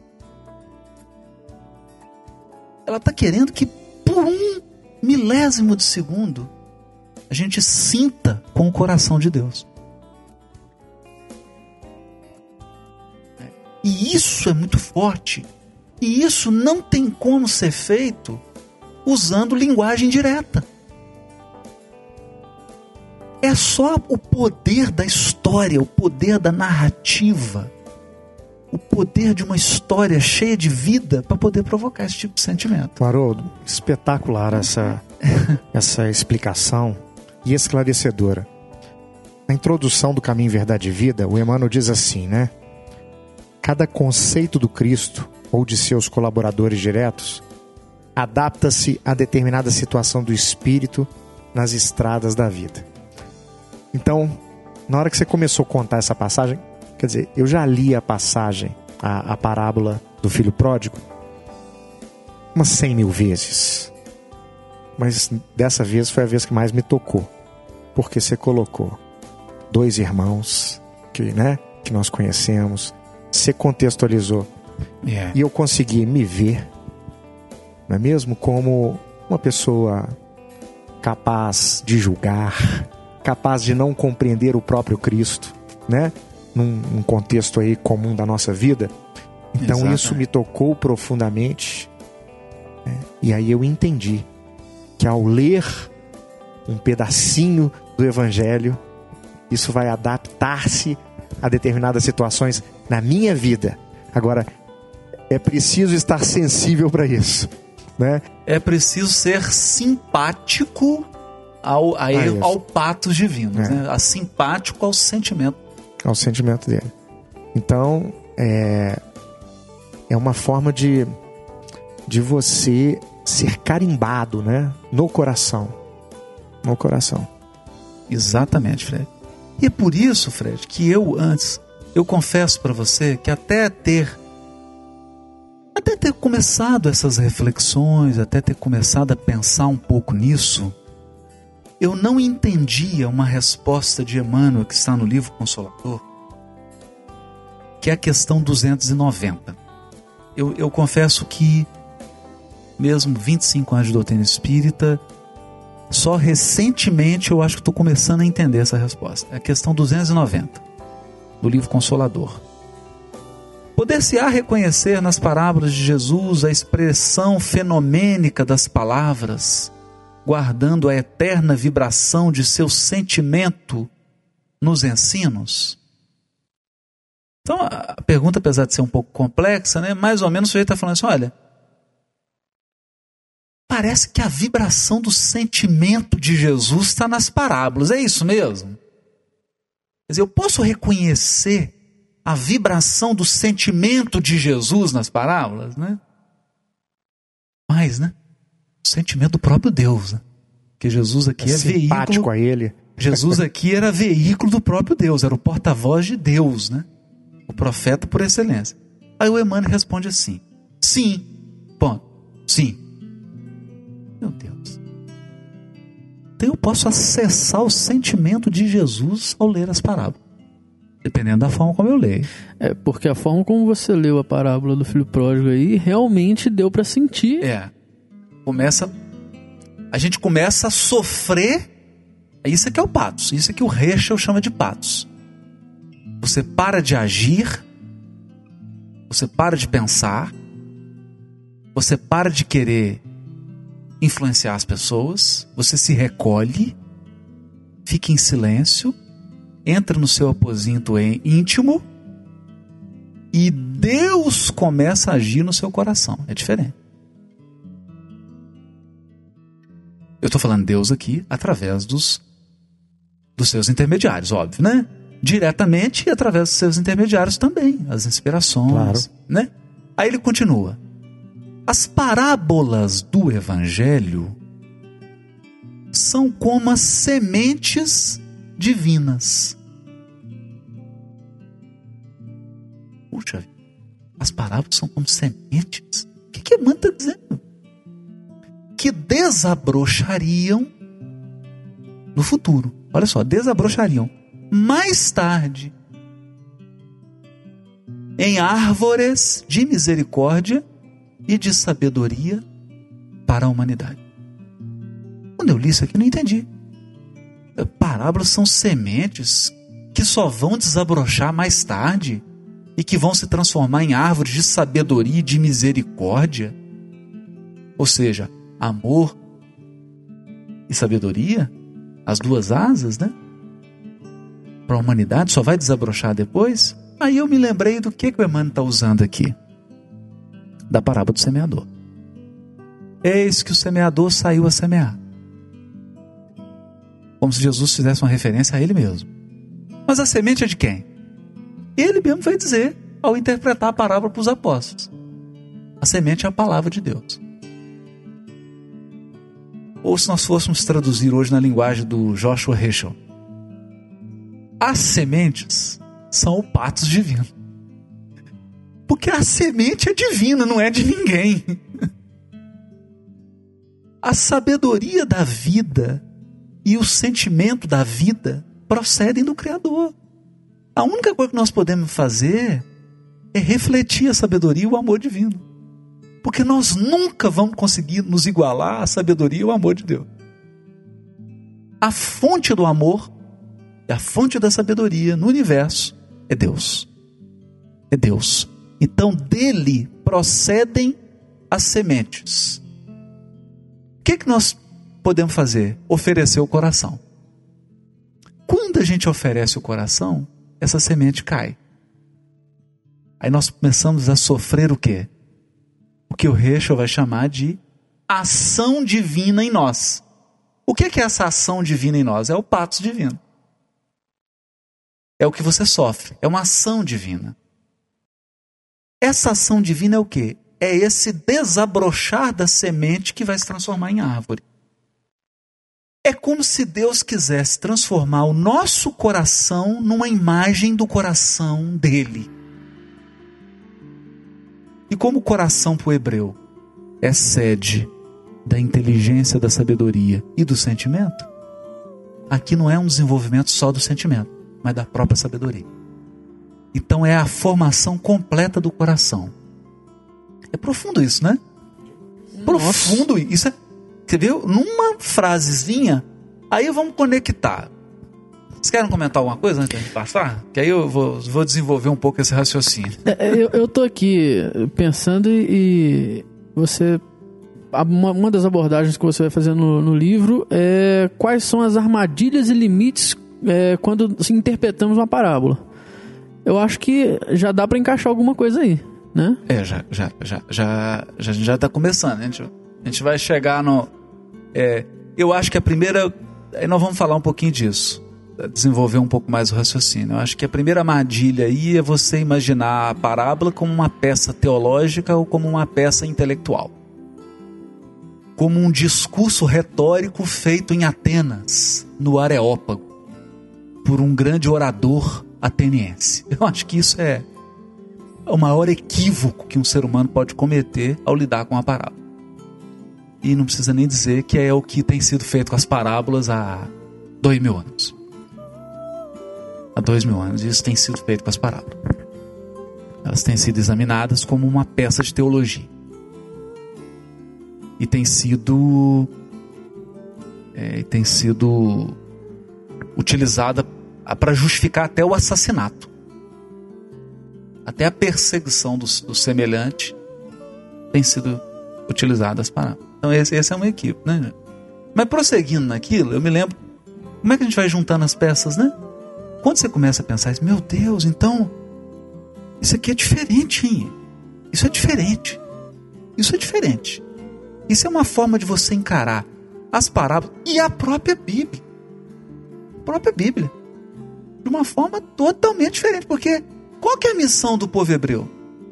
Ela está querendo que por um milésimo de segundo a gente sinta com o coração de Deus. E isso é muito forte. E isso não tem como ser feito usando linguagem direta. É só o poder da história, o poder da narrativa, o poder de uma história cheia de vida para poder provocar esse tipo de sentimento. Haroldo, espetacular essa, essa explicação e esclarecedora. Na introdução do Caminho, Verdade e Vida, o Emmanuel diz assim, né? Cada conceito do Cristo ou de seus colaboradores diretos adapta-se a determinada situação do espírito nas estradas da vida. Então, na hora que você começou a contar essa passagem, quer dizer, eu já li a passagem, a, a parábola do filho pródigo, umas cem mil vezes. Mas dessa vez foi a vez que mais me tocou. Porque você colocou dois irmãos que, né, que nós conhecemos, você contextualizou. Yeah. E eu consegui me ver, não é mesmo? Como uma pessoa capaz de julgar, capaz de não compreender o próprio Cristo, né? Num, num contexto aí comum da nossa vida. Então Exato. Isso me tocou profundamente, né? E aí eu entendi que ao ler um pedacinho do Evangelho, isso vai adaptar-se a determinadas situações na minha vida. Agora, é preciso estar sensível para isso, né? É preciso ser simpático ao, a ele, ao patos divinos, é. né? A simpático ao sentimento. Ao sentimento dele. Então, é, é uma forma de, de você ser carimbado, né? No coração. No coração. Exatamente, Fred. E é por isso, Fred, que eu antes, eu confesso para você que até ter até ter começado essas reflexões, até ter começado a pensar um pouco nisso, eu não entendia uma resposta de Emmanuel que está no livro Consolador, que é a questão duzentos e noventa. eu, eu confesso que, mesmo vinte e cinco anos de doutrina espírita, só recentemente eu acho que estou começando a entender essa resposta. É a questão duzentos e noventa, do livro Consolador. Poder-se-á reconhecer nas parábolas de Jesus a expressão fenomênica das palavras, guardando a eterna vibração de seu sentimento nos ensinos? Então, a pergunta, apesar de ser um pouco complexa, né, mais ou menos o sujeito está falando assim, olha, parece que a vibração do sentimento de Jesus está nas parábolas, é isso mesmo? Quer dizer, eu posso reconhecer a vibração do sentimento de Jesus nas parábolas, né? Mas, né? O sentimento do próprio Deus, né? Porque Jesus aqui é, é simpático veículo... a ele. Jesus aqui era veículo do próprio Deus, era o porta-voz de Deus, né? O profeta por excelência. Aí o Emmanuel responde assim, sim, ponto, sim. Meu Deus. Então eu posso acessar o sentimento de Jesus ao ler as parábolas. Dependendo da forma como eu leio. É, porque a forma como você leu a parábola do filho pródigo aí, realmente deu para sentir. É. Começa... A gente começa a sofrer... Isso aqui é o patos. Isso aqui o Heschel chama de patos. Você para de agir. Você para de pensar. Você para de querer influenciar as pessoas. Você se recolhe. Fica em silêncio. Entra no seu aposento íntimo e Deus começa a agir no seu coração. É diferente. Eu estou falando Deus aqui através dos, dos seus intermediários, óbvio, né? Diretamente e através dos seus intermediários também, as inspirações, claro, né? Aí ele continua. As parábolas do Evangelho são como as sementes divinas. Puxa, as parábolas são como sementes. O que que Emmanuel está dizendo? Que desabrochariam no futuro. Olha só, desabrochariam mais tarde em árvores de misericórdia e de sabedoria para a humanidade. Quando eu li isso aqui, eu não entendi. Parábolas são sementes que só vão desabrochar mais tarde e que vão se transformar em árvores de sabedoria e de misericórdia. Ou seja, amor e sabedoria, as duas asas, né? Para a humanidade só vai desabrochar depois. Aí eu me lembrei do que, que o Emmanuel está usando aqui. Da parábola do semeador. Eis que o semeador saiu a semear. Como se Jesus fizesse uma referência a ele mesmo. Mas a semente é de quem? Ele mesmo vai dizer ao interpretar a parábola para os apóstolos. A semente é a palavra de Deus. Ou se nós fôssemos traduzir hoje na linguagem do Joshua Heschel, as sementes são o patos divino. Porque a semente é divina, não é de ninguém. A sabedoria da vida e o sentimento da vida procedem do Criador. A única coisa que nós podemos fazer é refletir a sabedoria e o amor divino. Porque nós nunca vamos conseguir nos igualar à sabedoria e ao amor de Deus. A fonte do amor e a fonte da sabedoria no universo é Deus. É Deus. Então dele procedem as sementes. O que, que nós podemos fazer? Oferecer o coração. Quando a gente oferece o coração, essa semente cai. Aí nós começamos a sofrer o quê? O que o Heschel vai chamar de ação divina em nós. O que é essa ação divina em nós? É o patos divino. É o que você sofre. É uma ação divina. Essa ação divina é o quê? É esse desabrochar da semente que vai se transformar em árvore. É como se Deus quisesse transformar o nosso coração numa imagem do coração dele. E como o coração para o hebreu é sede da inteligência, da sabedoria e do sentimento, aqui não é um desenvolvimento só do sentimento, mas da própria sabedoria. Então é a formação completa do coração. É profundo isso, né? Profundo isso. É, você viu? Numa frasezinha, aí vamos conectar. Vocês querem comentar alguma coisa antes de a gente passar? Que aí eu vou, vou desenvolver um pouco esse raciocínio. É, eu, eu tô aqui pensando e você... Uma, uma das abordagens que você vai fazer no, no livro é quais são as armadilhas e limites é, quando interpretamos uma parábola. Eu acho que já dá para encaixar alguma coisa aí, né? É, já já já já já, já tá começando. A gente, a gente vai chegar no... É, eu acho que a primeira... Aí nós vamos falar um pouquinho disso. Desenvolver um pouco mais o raciocínio. Eu acho que a primeira armadilha aí é você imaginar a parábola como uma peça teológica ou como uma peça intelectual. Como um discurso retórico feito em Atenas, no Areópago, por um grande orador ateniense. Eu acho que isso é o maior equívoco que um ser humano pode cometer ao lidar com a parábola. E não precisa nem dizer que é o que tem sido feito com as parábolas há dois mil anos. Há dois mil anos isso tem sido feito com as parábolas. Elas têm sido examinadas como uma peça de teologia. E tem sido é, tem sido utilizada para justificar até o assassinato, até a perseguição do, do semelhante tem sido utilizada as parábolas. Então esse, esse é um equívoco, né? Mas prosseguindo naquilo, eu me lembro como é que a gente vai juntando as peças, né? Quando você começa a pensar isso, meu Deus, então isso aqui é diferente, hein? Isso é diferente, isso é diferente. Isso é uma forma de você encarar as parábolas e a própria Bíblia. A própria Bíblia. De uma forma totalmente diferente. Porque qual que é a missão do povo hebreu?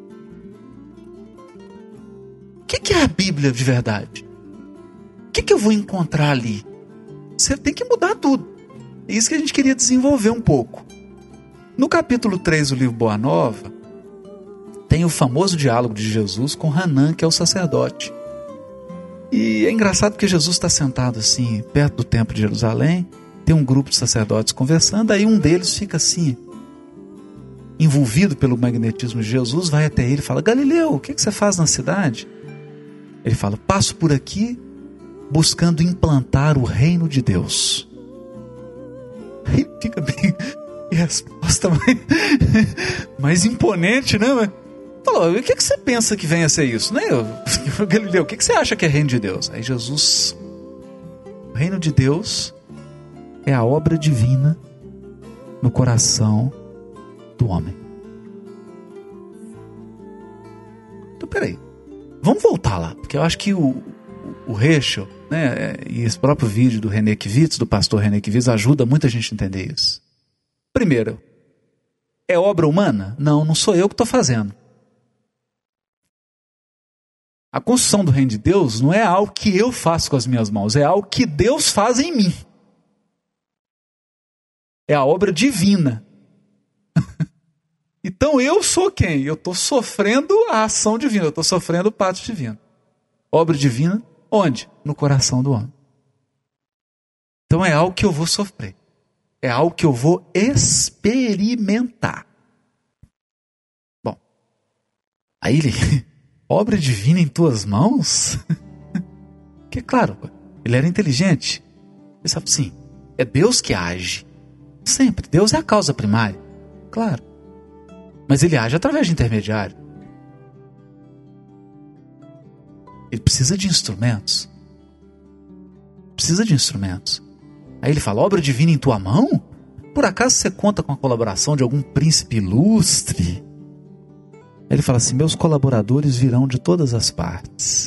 O que, que é a Bíblia de verdade? O que, que eu vou encontrar ali? Você tem que mudar tudo. É isso que a gente queria desenvolver um pouco. No capítulo três do livro Boa Nova, tem o famoso diálogo de Jesus com Hanã, que é o sacerdote. E é engraçado porque Jesus está sentado assim, perto do templo de Jerusalém, tem um grupo de sacerdotes conversando, aí um deles fica assim, envolvido pelo magnetismo de Jesus, vai até ele e fala: Galileu, o que, que você faz na cidade? Ele fala: passo por aqui buscando implantar o reino de Deus. Aí fica bem, que resposta mais, mais imponente, né? Falou: o que, que você pensa que venha a ser isso? Né? Galileu, o que, que você acha que é reino de Deus? Aí Jesus: o reino de Deus é a obra divina no coração do homem. Então peraí, vamos voltar lá, porque eu acho que o, o Heschel, né, e esse próprio vídeo do René Kivitz, do pastor René Kivitz, ajuda muita gente a entender isso. Primeiro, é obra humana? Não, não sou eu que estou fazendo. A construção do reino de Deus não é algo que eu faço com as minhas mãos, é algo que Deus faz em mim. É a obra divina. Então eu sou quem? Eu estou sofrendo a ação divina, eu estou sofrendo o pacto divino. Obra divina, onde? No coração do homem. Então é algo que eu vou sofrer. É algo que eu vou experimentar. Bom, aí ele... obra divina em tuas mãos? Que claro, ele era inteligente. Ele sabe, sim, é Deus que age. Sempre, Deus é a causa primária. Claro. Mas ele age através de intermediário. Ele precisa de instrumentos. Precisa de instrumentos. Aí ele fala: obra divina em tua mão? Por acaso você conta com a colaboração de algum príncipe ilustre? Ele fala assim: meus colaboradores virão de todas as partes.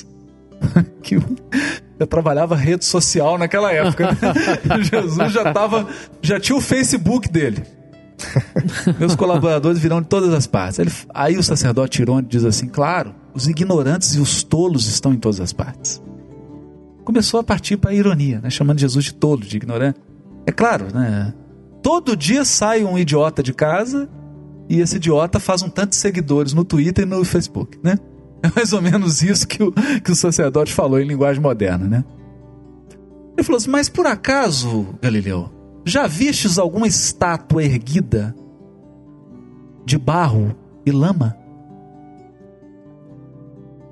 Eu trabalhava rede social naquela época. Jesus já tava, já tinha o Facebook dele. Meus colaboradores virão de todas as partes. Ele, aí o sacerdote irônico diz assim: claro, os ignorantes e os tolos estão em todas as partes. Começou a partir para a ironia, né? Chamando Jesus de tolo, de ignorante. É claro, né? Todo dia sai um idiota de casa e esse idiota faz um tanto de seguidores no Twitter e no Facebook, né? É mais ou menos isso que o, que o sacerdote falou em linguagem moderna, né? Ele falou assim: mas por acaso, Galileu, já vistes alguma estátua erguida de barro e lama?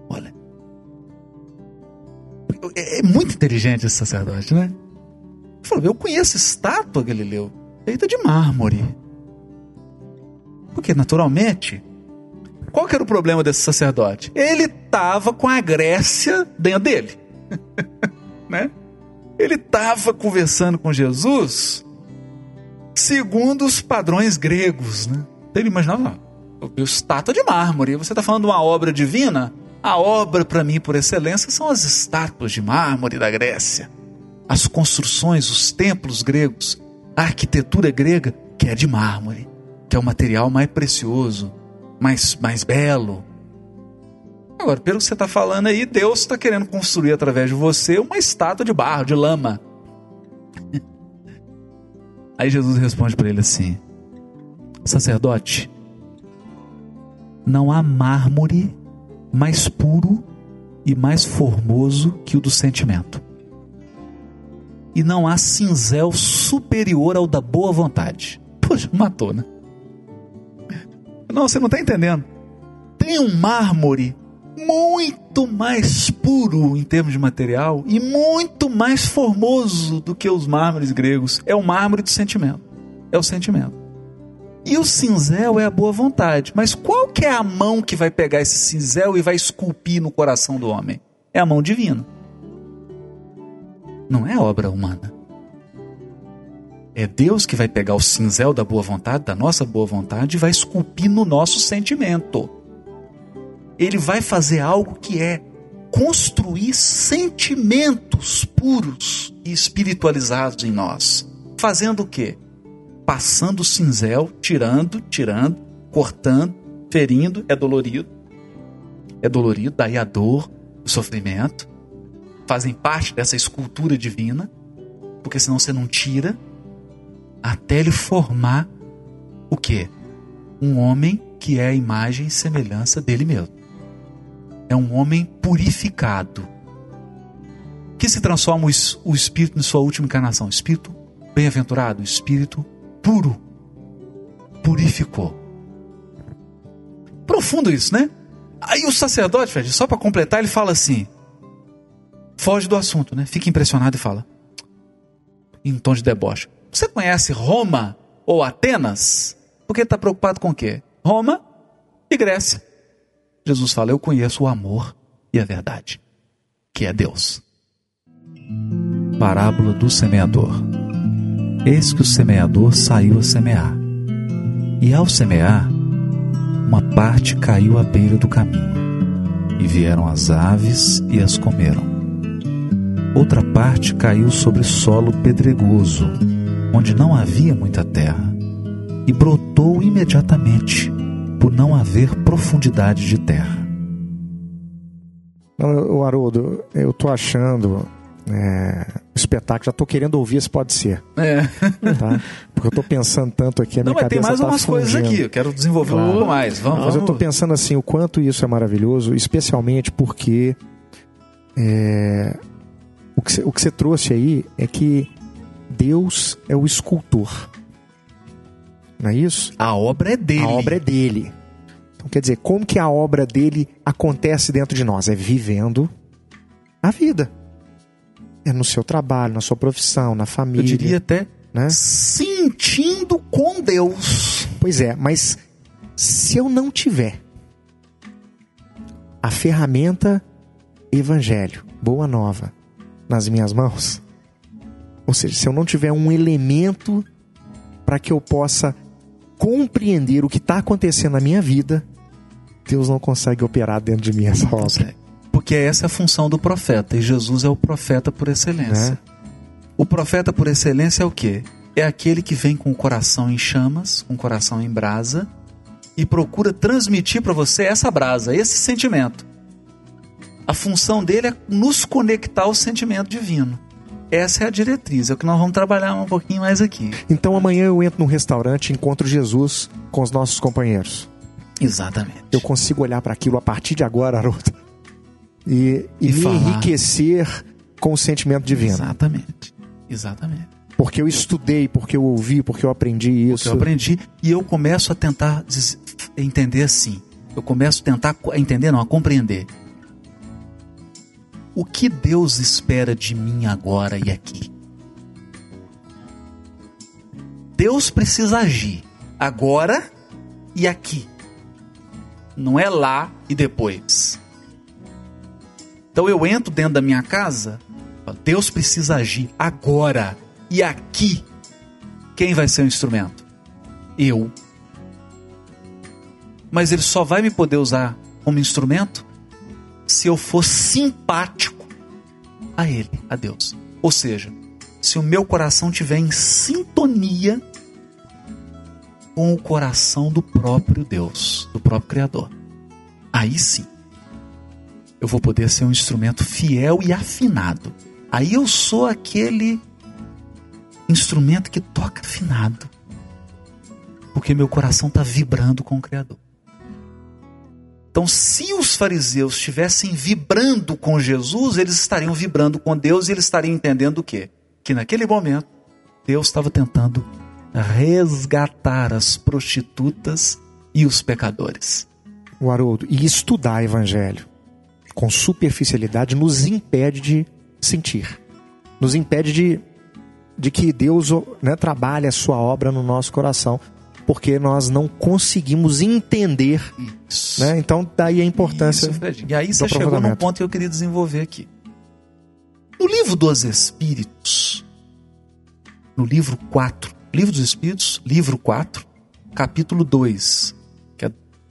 é muito inteligente esse sacerdote, né? Ele falou, eu conheço estátua, Galileu, feita de mármore. Porque, naturalmente, qual que era o problema desse sacerdote? Ele estava com a Grécia dentro dele. Né? Ele estava conversando com Jesus segundo os padrões gregos, né? Então ele imaginava, estátua de mármore, você está falando de uma obra divina? A obra para mim por excelência são as estátuas de mármore da Grécia, as construções, os templos gregos, a arquitetura grega, que é de mármore, que é o material mais precioso, mais, mais belo. Agora, pelo que você está falando aí, Deus está querendo construir através de você uma estátua de barro, de lama. Aí Jesus responde para ele assim, sacerdote, não há mármore mais puro e mais formoso que o do sentimento. E não há cinzel superior ao da boa vontade. Poxa, matou, né? Não, você não está entendendo. Tem um mármore muito mais puro em termos de material e muito mais formoso do que os mármores gregos. É o mármore do sentimento. É o sentimento. E o cinzel é a boa vontade. Mas qual que é a mão que vai pegar esse cinzel e vai esculpir no coração do homem? É a mão divina. Não é obra humana. É Deus que vai pegar o cinzel da boa vontade, da nossa boa vontade, e vai esculpir no nosso sentimento. Ele vai fazer algo que é construir sentimentos puros e espiritualizados em nós. Fazendo o quê? Passando o cinzel, tirando, tirando, cortando, ferindo, é dolorido. É dolorido, daí a dor, o sofrimento. Fazem parte dessa escultura divina, porque senão você não tira, até ele formar o quê? Um homem que é a imagem e semelhança dele mesmo. É um homem purificado, que se transforma o espírito em sua última encarnação. Espírito bem-aventurado, espírito puro, purificou. Profundo isso, né? Aí o sacerdote, Fred, só para completar, ele fala assim, foge do assunto, né? Fica impressionado e fala, em tom de deboche, você conhece Roma ou Atenas? Porque ele está preocupado com o quê? Roma e Grécia. Jesus fala, eu conheço o amor e a verdade, que é Deus. Parábola do semeador. Eis que o semeador saiu a semear. E ao semear, uma parte caiu à beira do caminho, e vieram as aves e as comeram. Outra parte caiu sobre solo pedregoso, onde não havia muita terra, e brotou imediatamente, por não haver profundidade de terra. Não, Haroldo, eu tô achando é, o espetáculo, já tô querendo ouvir se pode ser. É. Tá? Porque eu tô pensando tanto aqui, a minha não, mas cabeça tem mais tá umas fungindo. coisas aqui, eu quero desenvolver um pouco mais. Vamos, Mas vamos. eu tô pensando assim, o quanto isso é maravilhoso, especialmente porque é, o, que você, o que você trouxe aí é que Deus é o escultor. Não é isso? A obra é dele. A obra é dele. Então, quer dizer, como que a obra dele acontece dentro de nós? É vivendo a vida. É no seu trabalho, na sua profissão, na família. Eu diria até, né? Sentindo com Deus. Pois é, mas se eu não tiver a ferramenta evangelho, boa nova, nas minhas mãos, ou seja, se eu não tiver um elemento para que eu possa compreender o que está acontecendo na minha vida, Deus não consegue operar dentro de mim essa obra. Consegue. Porque essa é a função do profeta, e Jesus é o profeta por excelência. Né? O profeta por excelência é o quê? É aquele que vem com o coração em chamas, com o coração em brasa, e procura transmitir para você essa brasa, esse sentimento. A função dele é nos conectar ao sentimento divino. Essa é a diretriz, é o que nós vamos trabalhar um pouquinho mais aqui. Então amanhã eu entro num restaurante e encontro Jesus com os nossos companheiros. Exatamente. Eu consigo olhar para aquilo a partir de agora, Haroldo, e, e, E me falar. enriquecer com o sentimento divino. Exatamente. Exatamente. Porque eu estudei, porque eu ouvi, porque eu aprendi isso. Porque eu aprendi e eu começo a tentar des- entender assim. Eu começo a tentar a entender, não, a compreender. o que Deus espera de mim agora e aqui? Deus precisa agir agora e aqui. Não é lá e depois. Então eu entro dentro da minha casa, Deus precisa agir agora e aqui. Quem vai ser o instrumento? Eu. Mas Ele só vai me poder usar como instrumento se eu for simpático a Ele, a Deus. Ou seja, se o meu coração estiver em sintonia com o coração do próprio Deus, do próprio Criador. Aí sim, eu vou poder ser um instrumento fiel e afinado. Aí eu sou aquele instrumento que toca afinado, porque meu coração está vibrando com o Criador. Então, se os fariseus estivessem vibrando com Jesus, eles estariam vibrando com Deus e eles estariam entendendo o quê? Que naquele momento, Deus estava tentando resgatar as prostitutas e os pecadores. O Haroldo, e estudar evangelho com superficialidade nos impede de sentir. Nos impede de, de que Deus, né, trabalhe a sua obra no nosso coração, porque nós não conseguimos entender. Isso. Né? Então, daí a importância. Isso, Fred. E aí você chegou num ponto que eu queria desenvolver aqui. No livro dos Espíritos, no livro quatro, livro dos Espíritos, livro quatro, capítulo dois, que é,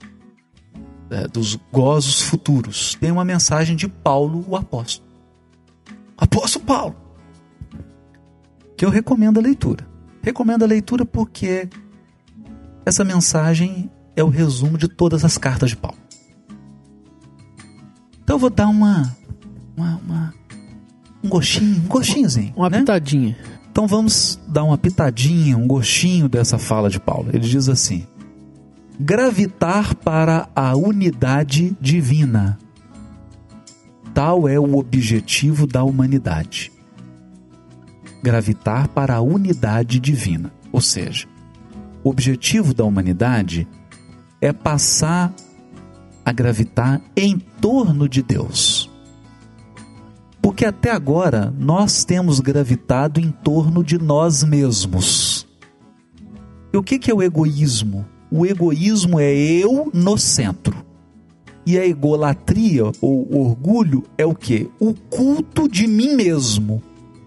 é dos gozos futuros, tem uma mensagem de Paulo, o apóstolo. Apóstolo Paulo. Que eu recomendo a leitura. Recomendo a leitura porque essa mensagem é o resumo de todas as cartas de Paulo. Então eu vou dar uma, uma, uma um gostinho, um gostinhozinho, uma né? pitadinha. Então vamos dar uma pitadinha, um gostinho dessa fala de Paulo. Ele diz assim: gravitar para a unidade divina. Tal é o objetivo da humanidade. Gravitar para a unidade divina. Ou seja, o objetivo da humanidade é passar a gravitar em torno de Deus. Porque até agora nós temos gravitado em torno de nós mesmos. E o que que é o egoísmo? O egoísmo é eu no centro. E a egolatria ou orgulho é o quê? O culto de mim mesmo.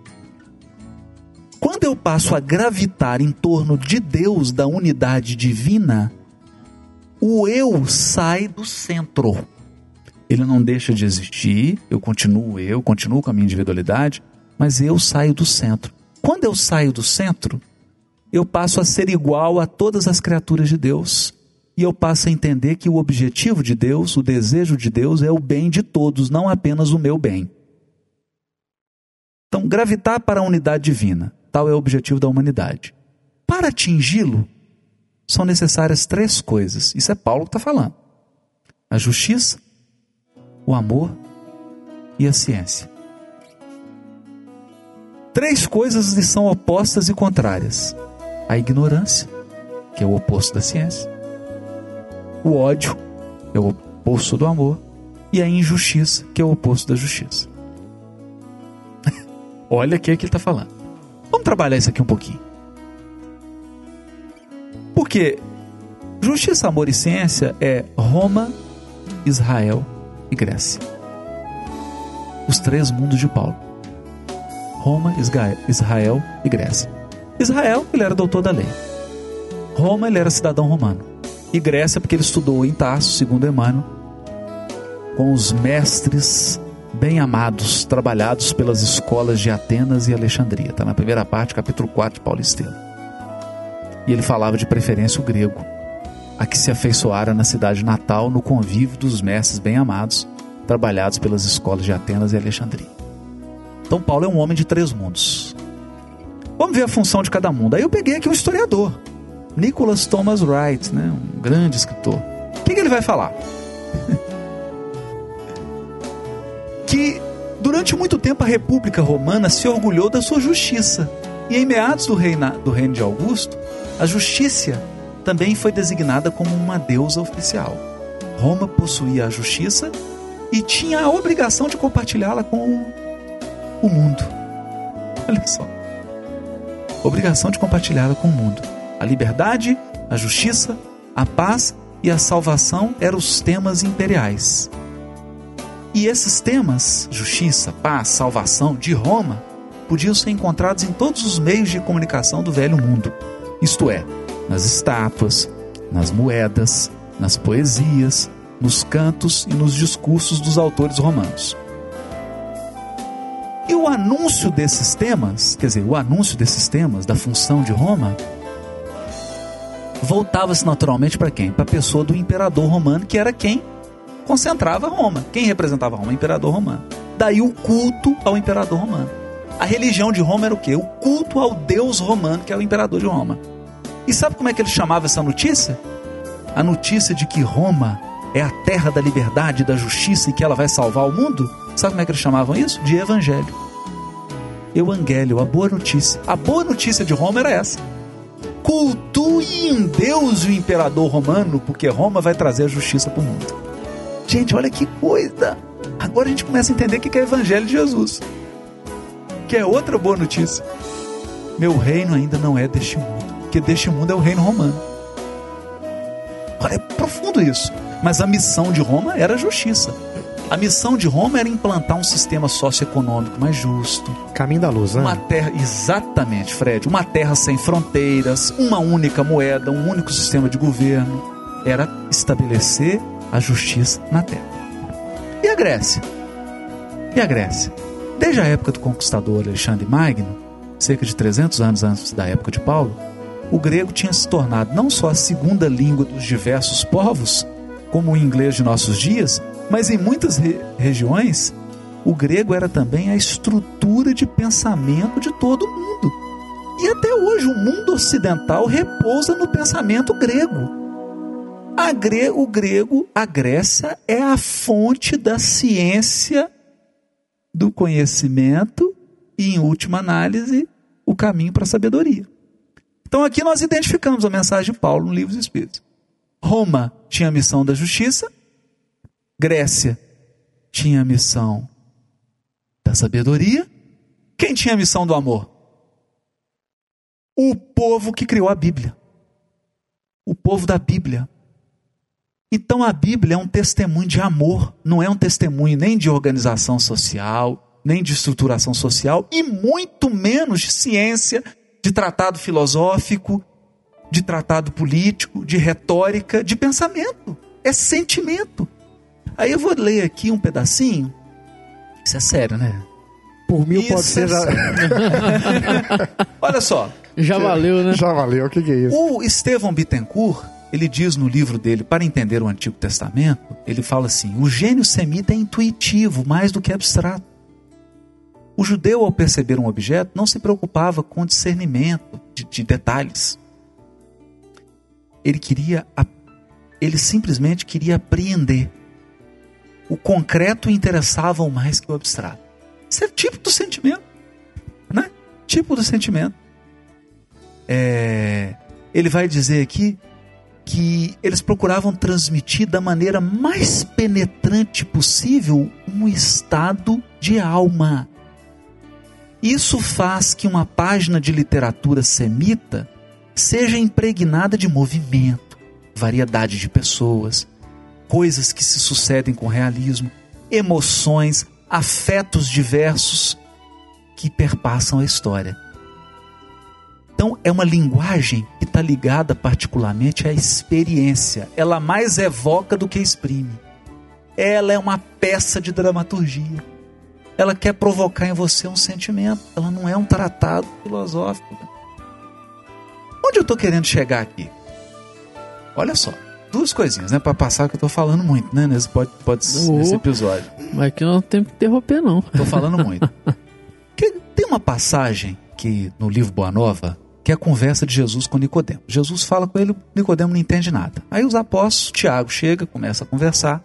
Quando eu passo a gravitar em torno de Deus, da unidade divina, o eu sai do centro. Ele não deixa de existir, eu continuo eu, continuo com a minha individualidade, mas eu saio do centro. Quando eu saio do centro, eu passo a ser igual a todas as criaturas de Deus. E eu passo a entender que o objetivo de Deus, o desejo de Deus é o bem de todos, não apenas o meu bem. Então, gravitar para a unidade divina, tal é o objetivo da humanidade. Para atingi-lo, são necessárias três coisas. Isso é Paulo que está falando. A justiça, o amor e a ciência. Três coisas lhe são opostas e contrárias. A ignorância, que é o oposto da ciência. O ódio, que é o oposto do amor. E a injustiça, que é o oposto da justiça. Olha aqui o que ele está falando. Vamos trabalhar isso aqui um pouquinho. Porque justiça, amor e ciência é Roma, Israel e Grécia. Os três mundos de Paulo. Roma, Israel e Grécia. Israel, ele era doutor da lei. Roma, ele era cidadão romano. E Grécia, porque ele estudou em Tarso, segundo Emmanuel, com os mestres bem amados, trabalhados pelas escolas de Atenas e Alexandria. Está na primeira parte, capítulo quatro de Paulo Estevam. E ele falava de preferência o grego, a que se afeiçoara na cidade natal, no convívio dos mestres bem amados, trabalhados pelas escolas de Atenas e Alexandria. Então Paulo é um homem de três mundos. Vamos ver a função de cada mundo. Aí eu peguei aqui um historiador, Nicholas Thomas Wright, né? Um grande escritor. O que, que ele vai falar? Que durante muito tempo a República Romana se orgulhou da sua justiça. E em meados do reino, do reino de Augusto, a justiça também foi designada como uma deusa oficial. Roma possuía a justiça e tinha a obrigação de compartilhá-la com o mundo. Olha só. Obrigação de compartilhá-la com o mundo. A liberdade, a justiça, a paz e a salvação eram os temas imperiais. E esses temas, justiça, paz, salvação, de Roma, podiam ser encontrados em todos os meios de comunicação do velho mundo. Isto é, nas estátuas, nas moedas, nas poesias, nos cantos e nos discursos dos autores romanos. E o anúncio desses temas, quer dizer, o anúncio desses temas, da função de Roma, voltava-se naturalmente para quem? Para a pessoa do imperador romano, que era quem concentrava Roma. Quem representava Roma? O imperador romano. Daí o culto ao imperador romano. A religião de Roma era o quê? O culto ao deus romano, que é o imperador de Roma. E sabe como é que ele chamava essa notícia? A notícia de que Roma é a terra da liberdade e da justiça e que ela vai salvar o mundo? Sabe como é que eles chamavam isso? De evangelho. Evangélio, a boa notícia. A boa notícia de Roma era essa. Cultue em Deus o imperador romano, porque Roma vai trazer a justiça para o mundo. Gente, olha que coisa! Agora a gente começa a entender o que é o evangelho de Jesus. Que é outra boa notícia. Meu reino ainda não é deste mundo, porque deste mundo é o reino romano. Olha, é profundo isso. Mas a missão de Roma era a justiça. A missão de Roma era implantar um sistema socioeconômico mais justo. Caminho da luz, né? Uma terra, exatamente, Fred. Uma terra sem fronteiras, uma única moeda, um único sistema de governo. Era estabelecer a justiça na terra. E a Grécia? E a Grécia? Desde a época do conquistador Alexandre Magno, cerca de trezentos anos antes da época de Paulo, o grego tinha se tornado não só a segunda língua dos diversos povos, como o inglês de nossos dias, mas em muitas re- regiões, o grego era também a estrutura de pensamento de todo mundo. E até hoje o mundo ocidental repousa no pensamento grego. A gre- o grego, a Grécia, é a fonte da ciência, do conhecimento e, em última análise, o caminho para a sabedoria. Então aqui nós identificamos a mensagem de Paulo no Livro dos Espíritos. Roma tinha a missão da justiça, Grécia tinha a missão da sabedoria. Quem tinha a missão do amor? O povo que criou a Bíblia. O povo da Bíblia. Então a Bíblia é um testemunho de amor, não é um testemunho nem de organização social, nem de estruturação social, e muito menos de ciência, de tratado filosófico, de tratado político, de retórica, de pensamento. É sentimento. Aí eu vou ler aqui um pedacinho. Isso é sério, né? Por mil Isso pode ser... é Já... Olha só. Já valeu, né? Já valeu, o que, que é isso? O Estevão Bittencourt, ele diz no livro dele, Para Entender o Antigo Testamento, ele fala assim: o gênio semita é intuitivo mais do que abstrato. O judeu, ao perceber um objeto, não se preocupava com discernimento de, de detalhes. Ele queria, ele simplesmente queria apreender. O concreto interessava mais que o abstrato. Isso é tipo do sentimento, né? Tipo do sentimento. É, ele vai dizer aqui que eles procuravam transmitir da maneira mais penetrante possível um estado de alma. Isso faz que uma página de literatura semita seja impregnada de movimento, variedade de pessoas, coisas que se sucedem com realismo, emoções, afetos diversos que perpassam a história. Então é uma linguagem que está ligada particularmente à experiência. Ela mais evoca do que exprime. Ela é uma peça de dramaturgia. Ela quer provocar em você um sentimento. Ela não é um tratado filosófico. Onde eu estou querendo chegar aqui? Olha só, duas coisinhas, né? Para passar que eu estou falando muito, né? Nesse, pode, pode, oh, nesse episódio. Mas aqui não tem que interromper, não. Estou falando muito. Que, tem uma passagem que no livro Boa Nova, que é a conversa de Jesus com Nicodemo. Jesus fala com ele, Nicodemo não entende nada. Aí os apóstolos, Tiago chega, começa a conversar.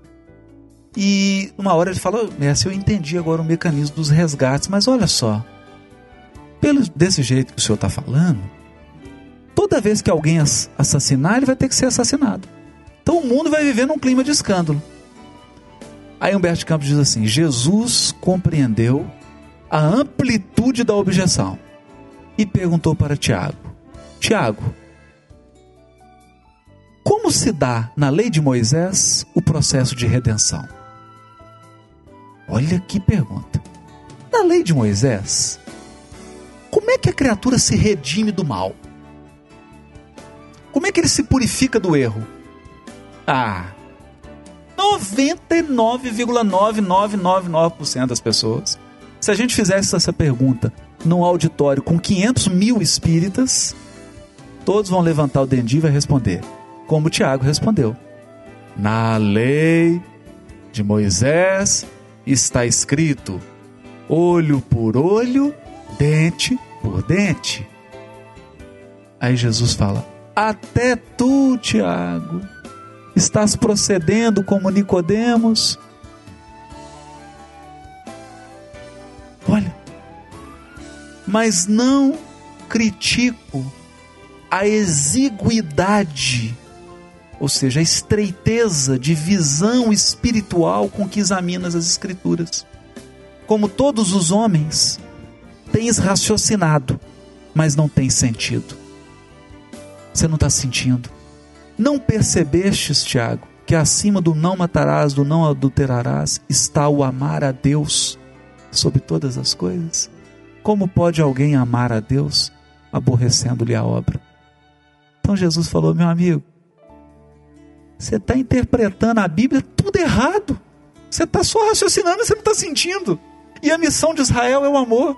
E uma hora ele fala: mestre, eu entendi agora o mecanismo dos resgates, mas olha só, pelo, desse jeito que o senhor está falando, toda vez que alguém assassinar, ele vai ter que ser assassinado. Então o mundo vai viver num clima de escândalo. Aí Humberto de Campos diz assim: Jesus compreendeu a amplitude da objeção e perguntou para Tiago: Tiago, como se dá na lei de Moisés o processo de redenção? Olha que pergunta. Na lei de Moisés, como é que a criatura se redime do mal? Como é que ele se purifica do erro? Ah, noventa e nove vírgula nove nove nove nove por cento das pessoas, se a gente fizesse essa pergunta num auditório com quinhentos mil espíritas, todos vão levantar o dedinho e vai responder, como Tiago respondeu: na lei de Moisés está escrito olho por olho, dente por dente. Aí Jesus fala: até tu, Tiago, estás procedendo como Nicodemos. Olha, mas não critico a exiguidade, ou seja, a estreiteza de visão espiritual com que examinas as Escrituras. Como todos os homens, tens raciocinado, mas não tens sentido. Você não está sentindo. Não percebestes, Tiago, que acima do não matarás, do não adulterarás, está o amar a Deus sobre todas as coisas? Como pode alguém amar a Deus aborrecendo-lhe a obra? Então Jesus falou: meu amigo, você está interpretando a Bíblia tudo errado. Você está só raciocinando e você não está sentindo. E a missão de Israel é o amor.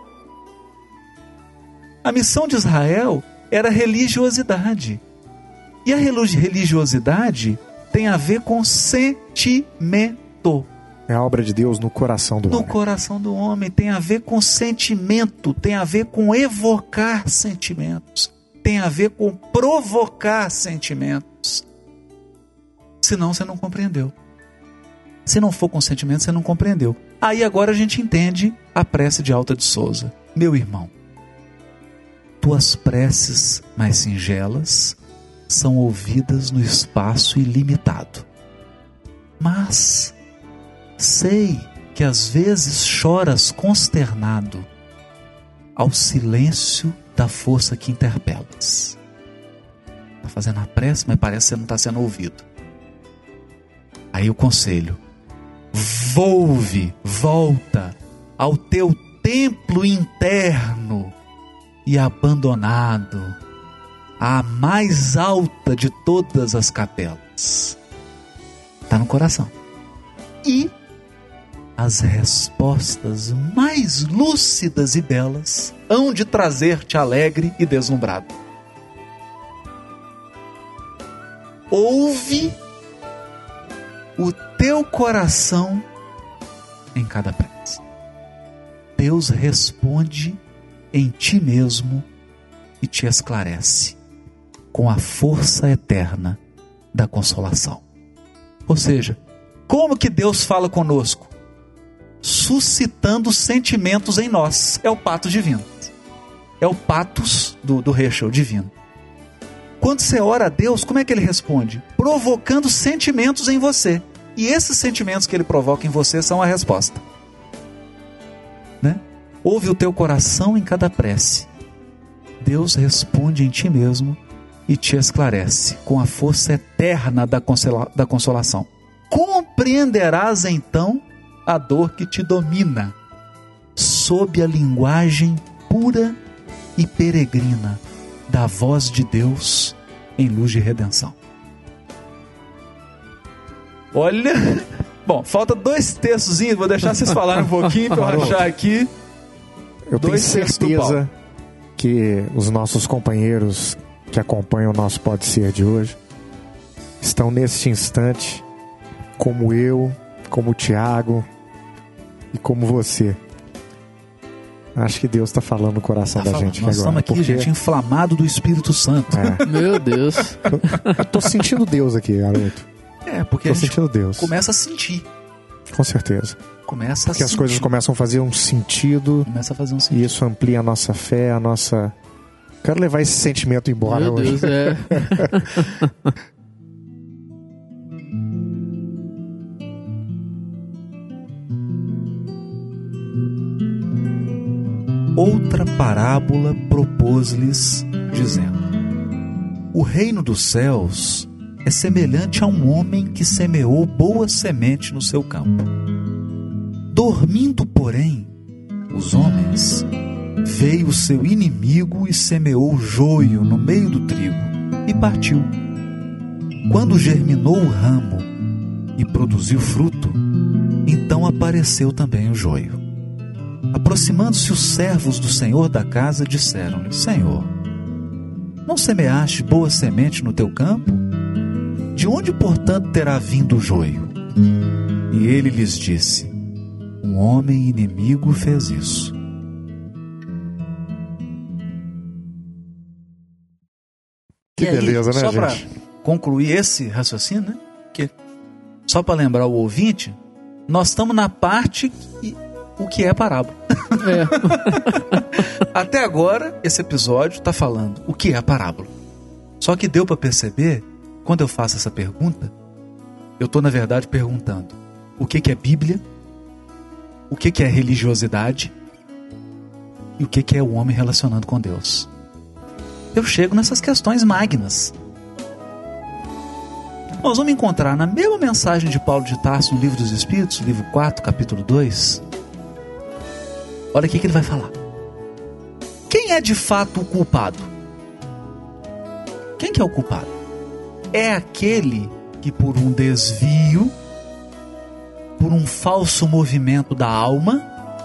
A missão de Israel era religiosidade. E a religiosidade tem a ver com sentimento. É a obra de Deus no coração do no homem. No coração do homem. Tem a ver com sentimento. Tem a ver com evocar sentimentos. Tem a ver com provocar sentimentos. Senão você não compreendeu. Se não for com sentimento, você não compreendeu. Aí agora a gente entende a prece de Alta de Souza. Meu irmão, tuas preces mais singelas são ouvidas no espaço ilimitado. Mas sei que às vezes choras consternado ao silêncio da força que interpelas. Está fazendo a prece, mas parece que você não está sendo ouvido. Aí o conselho: volve, volta ao teu templo interno e abandonado, a mais alta de todas as capelas. Está no coração. E as respostas mais lúcidas e belas hão de trazer-te alegre e deslumbrado. Ouve o teu coração em cada prece. Deus responde em ti mesmo e te esclarece com a força eterna da consolação. Ou seja, como que Deus fala conosco? Suscitando sentimentos em nós. É o patos divino. É o patos do, do Heschel divino. Quando você ora a Deus, como é que Ele responde? Provocando sentimentos em você. E esses sentimentos que Ele provoca em você são a resposta. Né? Ouve o teu coração em cada prece. Deus responde em ti mesmo e te esclarece com a força eterna da, consola- da consolação. Compreenderás então a dor que te domina, sob a linguagem pura e peregrina da voz de Deus em luz de redenção. Olha, bom, falta dois textos, vou deixar vocês falarem um pouquinho para eu achar aqui. Eu tenho certeza que os nossos companheiros que acompanham o nosso Pode Ser de hoje estão neste instante, como eu, como o Tiago e como você. Acho que Deus está falando no coração tá da falando. gente Nós agora. Nós estamos aqui, porque... gente, inflamado do Espírito Santo. É. Meu Deus. Eu tô sentindo Deus aqui, garoto. É, porque tô a gente sentindo Deus. começa a sentir. Com certeza. Começa a porque sentir. as coisas começam a fazer um sentido. Começa a fazer um sentido. E isso amplia a nossa fé, a nossa... Quero levar esse sentimento embora Meu hoje. Deus, é. outra parábola propôs-lhes, dizendo: o reino dos céus é semelhante a um homem que semeou boa semente no seu campo. Dormindo, porém, os homens, veio o seu inimigo e semeou joio no meio do trigo e partiu. Quando germinou o ramo e produziu fruto, então apareceu também o joio. Aproximando-se os servos do senhor da casa, disseram-lhe: Senhor, não semeaste boa semente no teu campo? De onde, portanto, terá vindo o joio? E ele lhes disse: um homem inimigo fez isso. Que aí, beleza, né, só gente? Para concluir esse raciocínio, né? Que, só para lembrar o ouvinte, nós estamos na parte que, o que é parábola. É. Até agora, esse episódio está falando o que é a parábola. Só que deu para perceber, quando eu faço essa pergunta, eu estou, na verdade, perguntando o que, que é Bíblia, o que, que é religiosidade e o que, que é o homem relacionando com Deus. Eu chego nessas questões magnas. Nós vamos encontrar na mesma mensagem de Paulo de Tarso, no Livro dos Espíritos, livro quatro, capítulo dois. Olha o que ele vai falar. Quem é de fato o culpado? Quem que é o culpado? É aquele que, por um desvio, por um falso movimento da alma,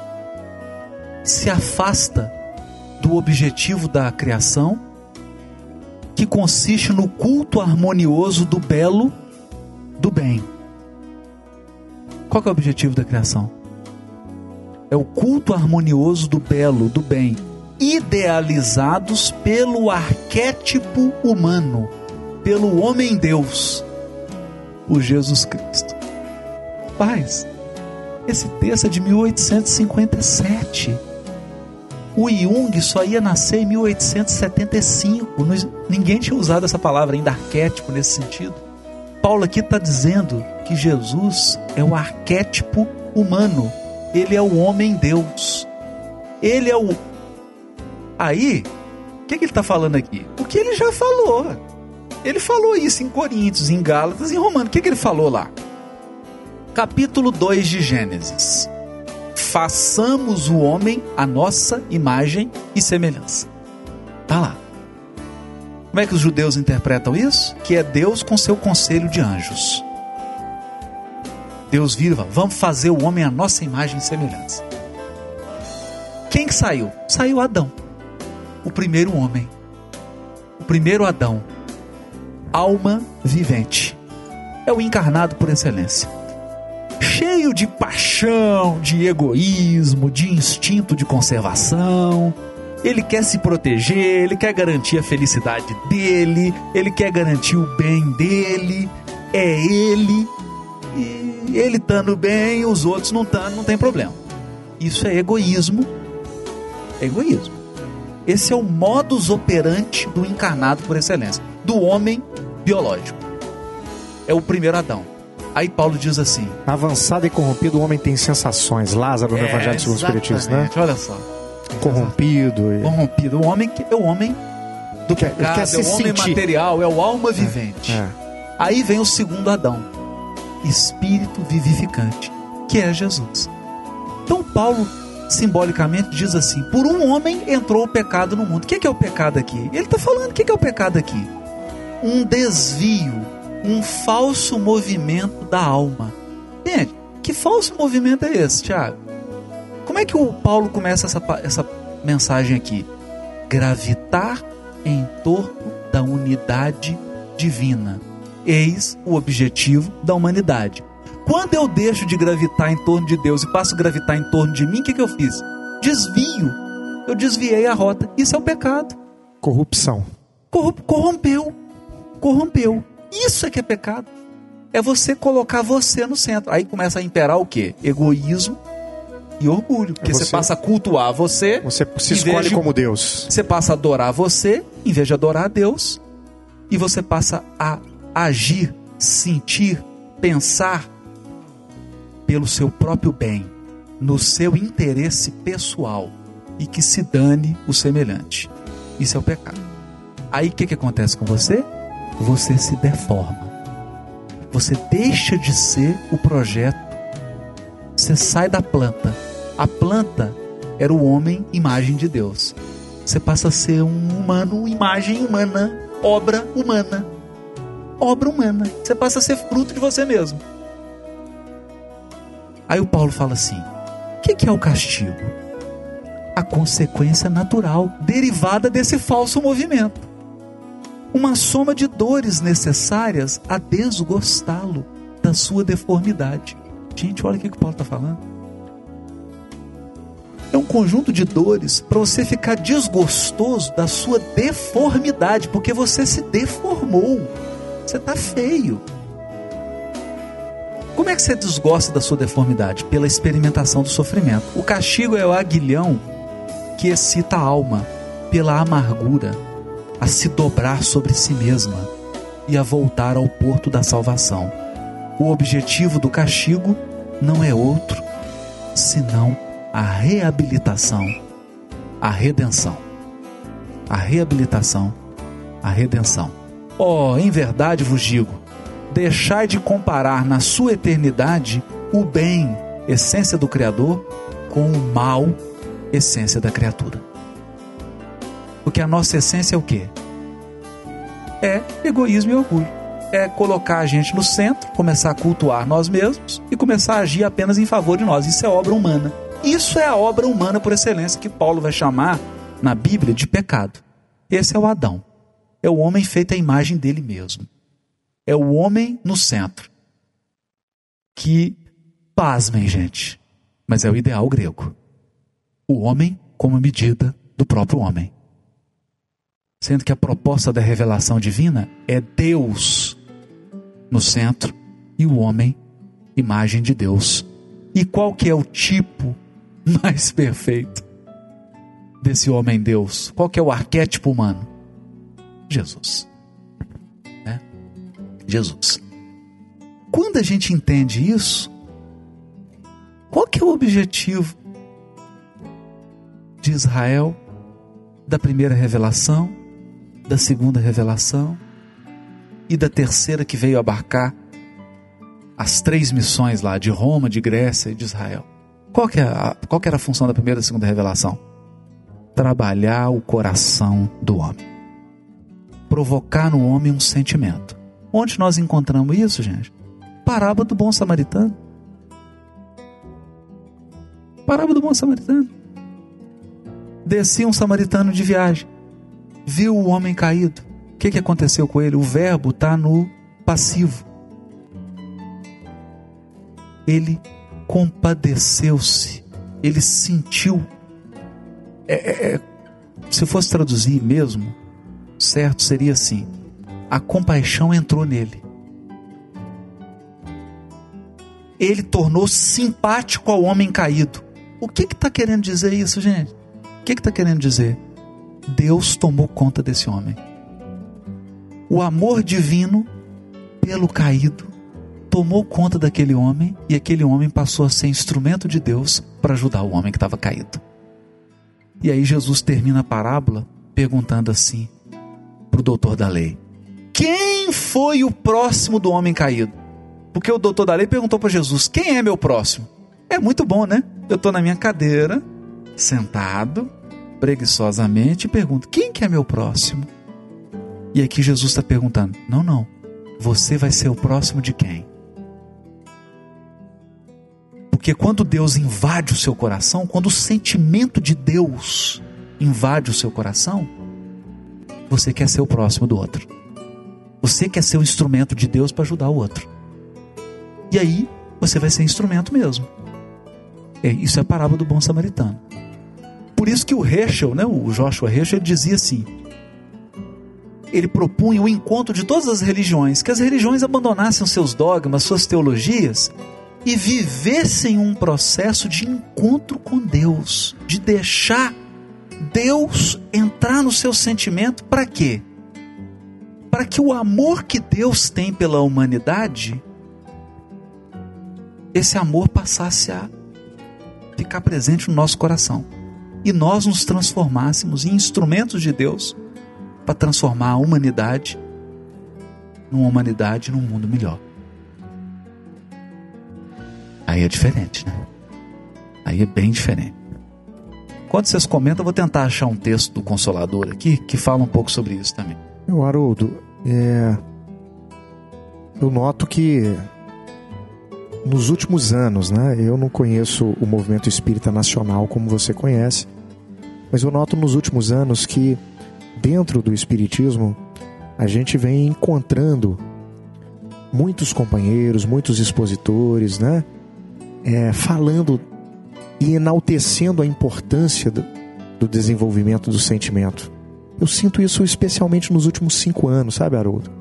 se afasta do objetivo da criação, que consiste no culto harmonioso do belo, do bem. Qual que é o objetivo da criação? É o culto harmonioso do belo, do bem, idealizados pelo arquétipo humano, pelo homem-deus, o Jesus Cristo. Paz, esse texto é de mil oitocentos e cinquenta e sete. O Jung só ia nascer em mil oitocentos e setenta e cinco. Ninguém tinha usado essa palavra ainda, arquétipo, nesse sentido. Paulo aqui está dizendo que Jesus é o arquétipo humano. Ele é o homem-deus. Ele é o... Aí, o que, que ele está falando aqui? O que ele já falou. Ele falou isso em Coríntios, em Gálatas, em Romanos. O que, que ele falou lá? Capítulo dois de Gênesis. Façamos o homem a nossa imagem e semelhança. Tá lá. Como é que os judeus interpretam isso? Que é Deus com seu conselho de anjos. Deus vira, vamos fazer o homem a nossa imagem e semelhança. Quem que saiu? Saiu Adão. O primeiro homem. O primeiro Adão. Alma vivente. É o encarnado por excelência. Cheio de paixão, de egoísmo, de instinto de conservação. Ele quer se proteger, ele quer garantir a felicidade dele, ele quer garantir o bem dele, é ele, e ele estando bem, os outros não estando, não tem problema. Isso é egoísmo, é egoísmo. Esse é o modus operandi do encarnado por excelência, do homem biológico. É o primeiro Adão. Aí Paulo diz assim: avançado e corrompido, o homem tem sensações. Lázaro no é, Evangelho segundo o Espiritismo, né? Olha só. Corrompido. E... Corrompido. O homem que é o homem do quer, pecado, quer é se o homem sentir. material, é o alma vivente. É, é. Aí vem o segundo Adão, espírito vivificante, que é Jesus. Então Paulo, simbolicamente, diz assim: por um homem entrou o pecado no mundo. O que é o pecado aqui? Ele está falando, o que é o pecado aqui? Um desvio, um falso movimento da alma. Gente, que falso movimento é esse, Tiago? Como é que o Paulo começa essa, essa mensagem aqui? Gravitar em torno da unidade divina. Eis o objetivo da humanidade. Quando eu deixo de gravitar em torno de Deus e passo a gravitar em torno de mim, o que, que eu fiz? Desvio. Eu desviei a rota. Isso é o pecado. Corrupção. Corru- corrompeu. Corrompeu. Isso é que é pecado. É você colocar você no centro. Aí começa a imperar o quê? Egoísmo e orgulho. Porque é você, você passa a cultuar você. Você se escolhe de, como Deus. Você passa a adorar você, em vez de adorar a Deus. E você passa a agir, sentir, pensar pelo seu próprio bem, no seu interesse pessoal. e que se dane o semelhante. Isso é o pecado. Aí o que, que acontece com você? Você se deforma. Você deixa de ser o projeto. Você sai da planta. A planta era o homem, imagem de Deus. Você passa a ser um humano, imagem humana, obra humana. Obra humana. Você passa a ser fruto de você mesmo. Aí o Paulo fala assim: o que, que é o castigo? A consequência natural, derivada desse falso movimento. Uma soma de dores necessárias a desgostá-lo da sua deformidade. Gente, olha o que o Paulo está falando. É um conjunto de dores para você ficar desgostoso da sua deformidade, porque você se deformou. Você está feio. Como é que você desgosta da sua deformidade? Pela experimentação do sofrimento. O castigo é o aguilhão que excita a alma pela amargura a se dobrar sobre si mesma e a voltar ao porto da salvação. O objetivo do castigo não é outro senão a reabilitação, a redenção. A reabilitação, a redenção. Oh, em verdade vos digo, deixai de comparar na sua eternidade o bem, essência do Criador, com o mal, essência da criatura. Porque a nossa essência é o quê? É egoísmo e orgulho. É colocar a gente no centro, começar a cultuar nós mesmos e começar a agir apenas em favor de nós. Isso é obra humana. Isso é a obra humana por excelência que Paulo vai chamar na Bíblia de pecado. Esse é o Adão. É o homem feito à imagem dele mesmo. É o homem no centro. Que, pasmem, gente, mas é o ideal grego. O homem como medida do próprio homem. Sendo que a proposta da revelação divina é Deus no centro e o homem, imagem de Deus. E qual que é o tipo mais perfeito desse homem Deus? Qual que é o arquétipo humano? Jesus. Né? Jesus. Quando a gente entende isso, qual que é o objetivo de Israel, da primeira revelação, da segunda revelação e da terceira que veio abarcar as três missões lá de Roma, de Grécia e de Israel? Qual que, é a, qual que era a função da primeira e da segunda revelação? Trabalhar o coração do homem. Provocar no homem um sentimento. Onde nós encontramos isso, gente? Parábola do bom samaritano. Parábola do bom samaritano. Descia um samaritano de viagem, viu o homem caído. O que, que aconteceu com ele? O verbo está no passivo. Ele compadeceu-se, ele sentiu. É, é, é, se fosse traduzir mesmo, certo seria assim: a compaixão entrou nele. Ele tornou-se simpático ao homem caído. O que está querendo dizer isso, gente? O que está querendo dizer? Deus tomou conta desse homem. O amor divino pelo caído tomou conta daquele homem, e aquele homem passou a ser instrumento de Deus para ajudar o homem que estava caído. E aí Jesus termina a parábola perguntando assim para o doutor da lei: quem foi o próximo do homem caído? Porque o doutor da lei perguntou para Jesus: quem é meu próximo? É muito bom, né? Eu estou na minha cadeira, sentado, preguiçosamente, e pergunto: quem que é meu próximo? E aqui Jesus está perguntando: não, não, você vai ser o próximo de quem? Porque quando Deus invade o seu coração, quando o sentimento de Deus invade o seu coração, você quer ser o próximo do outro. Você quer ser o instrumento de Deus para ajudar o outro. E aí, você vai ser instrumento mesmo. É, isso é a parábola do bom samaritano. Por isso que o Heschel, né, o Joshua Heschel, ele dizia assim, ele propunha o encontro de todas as religiões, que as religiões abandonassem os seus dogmas, suas teologias, e vivessem um processo de encontro com Deus, de deixar Deus entrar no seu sentimento. Para quê? Para que o amor que Deus tem pela humanidade, esse amor passasse a ficar presente no nosso coração. e nós nos transformássemos em instrumentos de Deus para transformar a humanidade numa humanidade, num mundo melhor. Aí é diferente, né? Aí é bem diferente. Quando vocês comentam, eu vou tentar achar um texto do Consolador aqui que fala um pouco sobre isso também. Meu Haroldo, é... eu noto que nos últimos anos, né, eu não conheço o movimento espírita nacional como você conhece, mas eu noto nos últimos anos que dentro do espiritismo a gente vem encontrando muitos companheiros, muitos expositores, né, é, falando e enaltecendo a importância do, do desenvolvimento do sentimento. Eu sinto isso especialmente nos últimos cinco anos, sabe, Haroldo?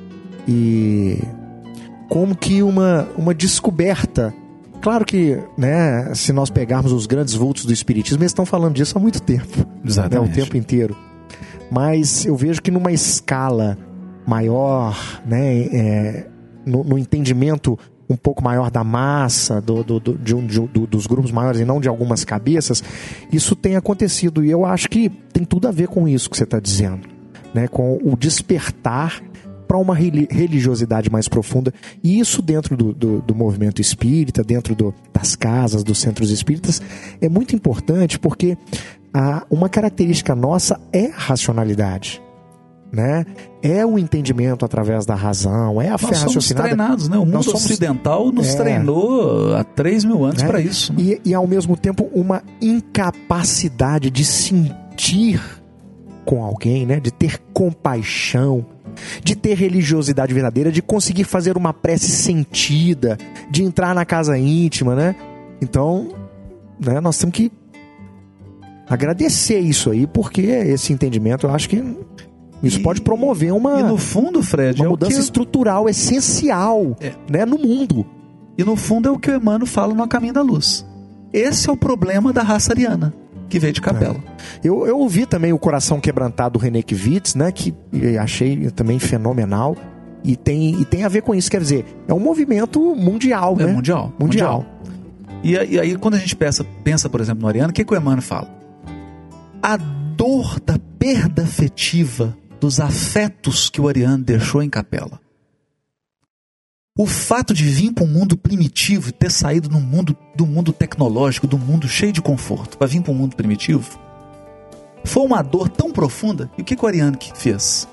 E como que uma, uma descoberta. Claro que, né, se nós pegarmos os grandes vultos do espiritismo, eles estão falando disso há muito tempo. Exatamente. Né, o tempo inteiro. Mas eu vejo que numa escala maior, né, é, no, no entendimento um pouco maior da massa, do, do, do, de um, de, do, dos grupos maiores e não de algumas cabeças, isso tem acontecido. E eu acho que tem tudo a ver com isso que você está dizendo, né, com o despertar para uma religiosidade mais profunda. E isso dentro do, do, do movimento espírita, dentro do, das casas, dos centros espíritas, é muito importante porque a, uma característica nossa é a racionalidade, né? É o entendimento através da razão, é a fé raciocinada. Nós somos treinados, né? O mundo somos... ocidental nos é... treinou há três mil anos é... para isso. Né? E, e ao mesmo tempo uma incapacidade de sentir com alguém, né? De ter compaixão, de ter religiosidade verdadeira, de conseguir fazer uma prece sentida, de entrar na casa íntima, né? Então, né, nós temos que agradecer isso aí, porque esse entendimento, eu acho que isso e, pode promover uma, e no fundo, Fred, uma é mudança o que... estrutural essencial é. né, no mundo. E no fundo é o que o Emmanuel fala no A Caminho da Luz. Esse é o problema da raça ariana, que veio de Capela. É. Eu, eu ouvi também o Coração Quebrantado do René Kivitz, né, que achei também fenomenal. E tem, e tem a ver com isso, quer dizer, é um movimento mundial, é né? Mundial. Mundial. mundial. E, e aí, quando a gente pensa, pensa por exemplo, no ariano, o que, que o Emmanuel fala? A dor da perda afetiva dos afetos que o ariano deixou em Capela. O fato de vir para um mundo primitivo e ter saído no mundo, do mundo tecnológico, do mundo cheio de conforto, para vir para um mundo primitivo, foi uma dor tão profunda. E o que, que o ariano fez?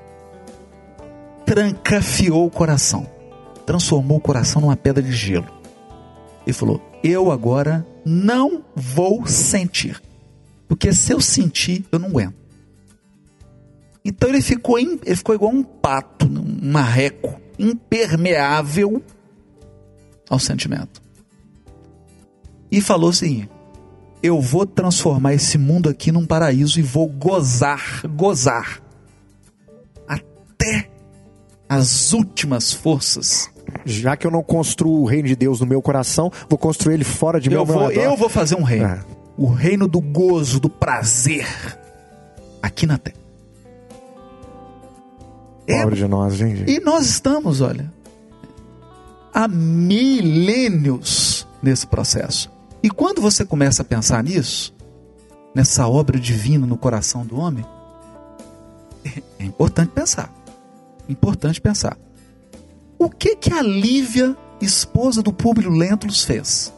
Trancafiou o coração. Transformou o coração numa pedra de gelo. Ele falou, eu agora não vou sentir. Porque se eu sentir, eu não aguento. Então ele ficou, em, ele ficou igual um pato, um marreco, impermeável ao sentimento. E falou assim, eu vou transformar esse mundo aqui num paraíso e vou gozar, gozar, até as últimas forças. Já que eu não construo o reino de Deus no meu coração, vou construir ele fora de eu meu vou, redor. Eu vou fazer um reino. É. O reino do gozo, do prazer, aqui na terra. Pobre é, de nós, gente. E nós estamos, olha, há milênios nesse processo. E quando você começa a pensar nisso, nessa obra divina no coração do homem, é importante pensar. Importante pensar. O que que a Lívia, esposa do Públio Lentulus, fez?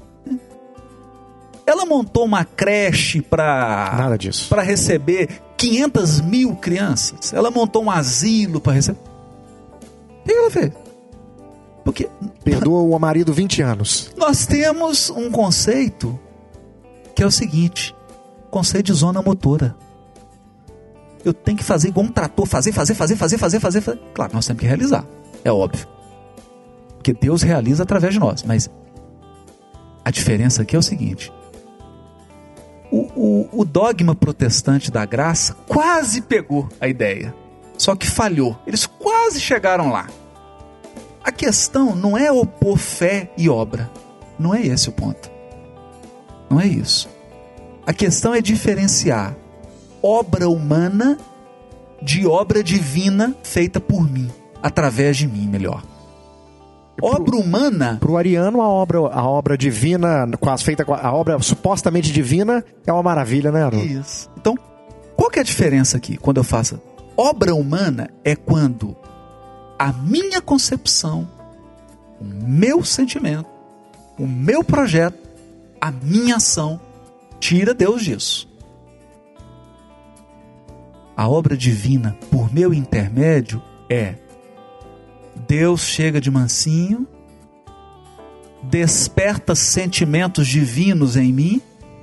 Ela montou uma creche para nada disso, para receber quinhentas mil crianças. Ela montou um asilo para receber. O que ela fez? Porque perdoa o marido vinte anos. Nós temos um conceito que é o seguinte: conceito de zona motora. Eu tenho que fazer igual um trator, fazer, fazer, fazer, fazer, fazer, fazer, fazer. Claro, nós temos que realizar, é óbvio. Porque Deus realiza através de nós. Mas a diferença aqui é o seguinte: o, o, o dogma protestante da graça quase pegou a ideia, só que falhou. Eles quase chegaram lá. A questão não é opor fé e obra. Não é esse o ponto. Não é isso. A questão é diferenciar obra humana de obra divina feita por mim, através de mim, melhor. Obra humana... Para o ariano, a obra, a obra divina, quase feita, a obra supostamente divina, é uma maravilha, né, Haroldo? Isso. Então, qual que é a diferença aqui, quando eu faço? Obra humana é quando a minha concepção, o meu sentimento, o meu projeto, a minha ação, tira Deus disso. A obra divina, por meu intermédio, é Deus chega de mansinho, desperta sentimentos divinos em mim,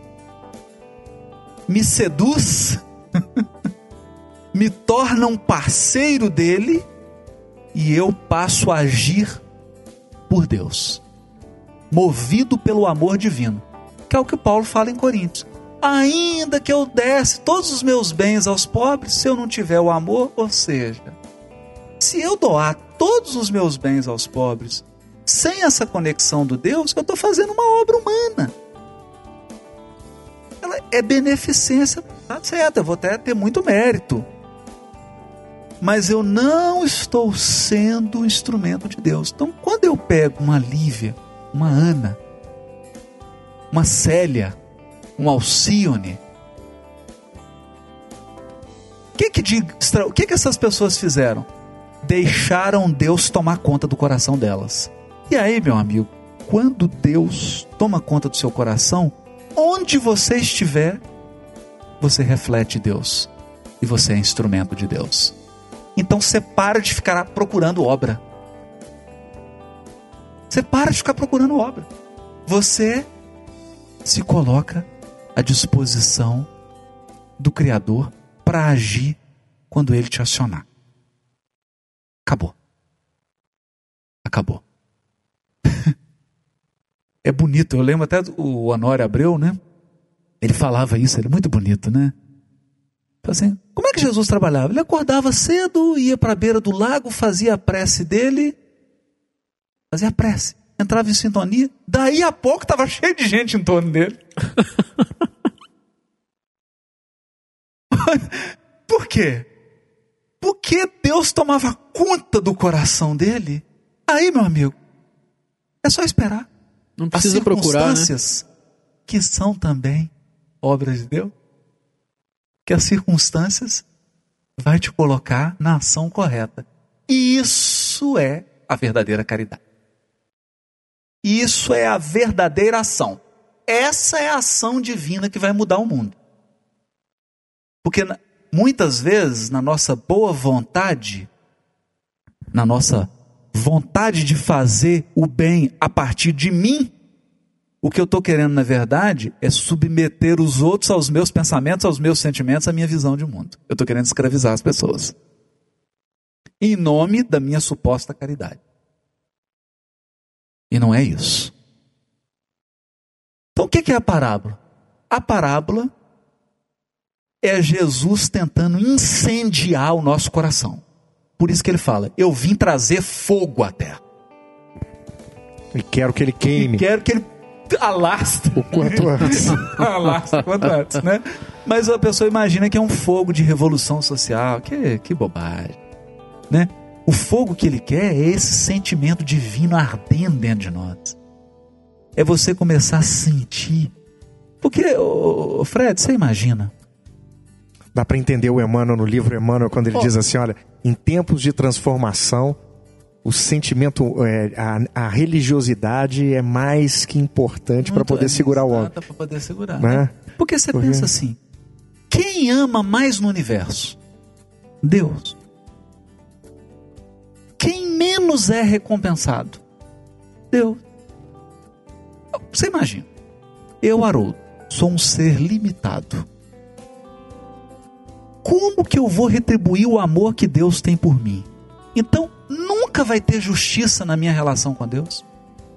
me seduz, me torna um parceiro dele e eu passo a agir por Deus, movido pelo amor divino, que é o que Paulo fala em Coríntios. Ainda que eu desse todos os meus bens aos pobres, se eu não tiver o amor, ou seja, se eu doar todos os meus bens aos pobres, sem essa conexão do Deus, eu estou fazendo uma obra humana. Ela é beneficência, tá certo, eu vou até ter muito mérito, mas eu não estou sendo instrumento de Deus. Então, quando eu pego uma Lívia, uma Ana, uma Célia, um Alcione, o que que, de, o que que essas pessoas fizeram? Deixaram Deus tomar conta do coração delas. E aí, meu amigo, quando Deus toma conta do seu coração, onde você estiver, você reflete Deus e você é instrumento de Deus. Então você para de ficar procurando obra. Você para de ficar procurando obra. Você se coloca à disposição do Criador para agir quando Ele te acionar. Acabou. Acabou. É bonito, eu lembro até do Honório Abreu, né? Ele falava isso, ele é muito bonito, né? Assim, como é que Jesus trabalhava? Ele acordava cedo, ia para a beira do lago, fazia a prece dele, fazia a prece, entrava em sintonia, daí a pouco estava cheio de gente em torno dele. Por quê? Porque Deus tomava conta do coração dele. Aí, meu amigo, é só esperar. Não precisa procurar, né? As circunstâncias que são também obras de Deus, que as circunstâncias vai te colocar na ação correta. E isso é a verdadeira caridade. Isso é a verdadeira ação. Essa é a ação divina que vai mudar o mundo. Porque muitas vezes, na nossa boa vontade, na nossa vontade de fazer o bem a partir de mim, o que eu estou querendo, na verdade, é submeter os outros aos meus pensamentos, aos meus sentimentos, à minha visão de mundo. Eu estou querendo escravizar as pessoas. Em nome da minha suposta caridade. E não é isso. Então o que é a parábola? A parábola é Jesus tentando incendiar o nosso coração. Por isso que ele fala, eu vim trazer fogo à terra. E quero que ele queime. E quero que ele alastre. O quanto antes. Alastre o quanto antes, né? Mas a pessoa imagina que é um fogo de revolução social. Que, que bobagem, né? O fogo que ele quer é esse sentimento divino ardendo dentro de nós. É você começar a sentir. Porque, ô, ô, Fred, você imagina... Dá para entender o Emmanuel no livro Emmanuel quando ele oh. diz assim, olha, em tempos de transformação, o sentimento, é, a, a religiosidade é mais que importante para poder segurar o homem. Para poder segurar, né? né? Porque você Porque... pensa assim, quem ama mais no universo? Deus. Quem menos é recompensado? Deus. Você imagina, eu, Haroldo, sou um ser limitado. Como que eu vou retribuir o amor que Deus tem por mim? Então, nunca vai ter justiça na minha relação com Deus.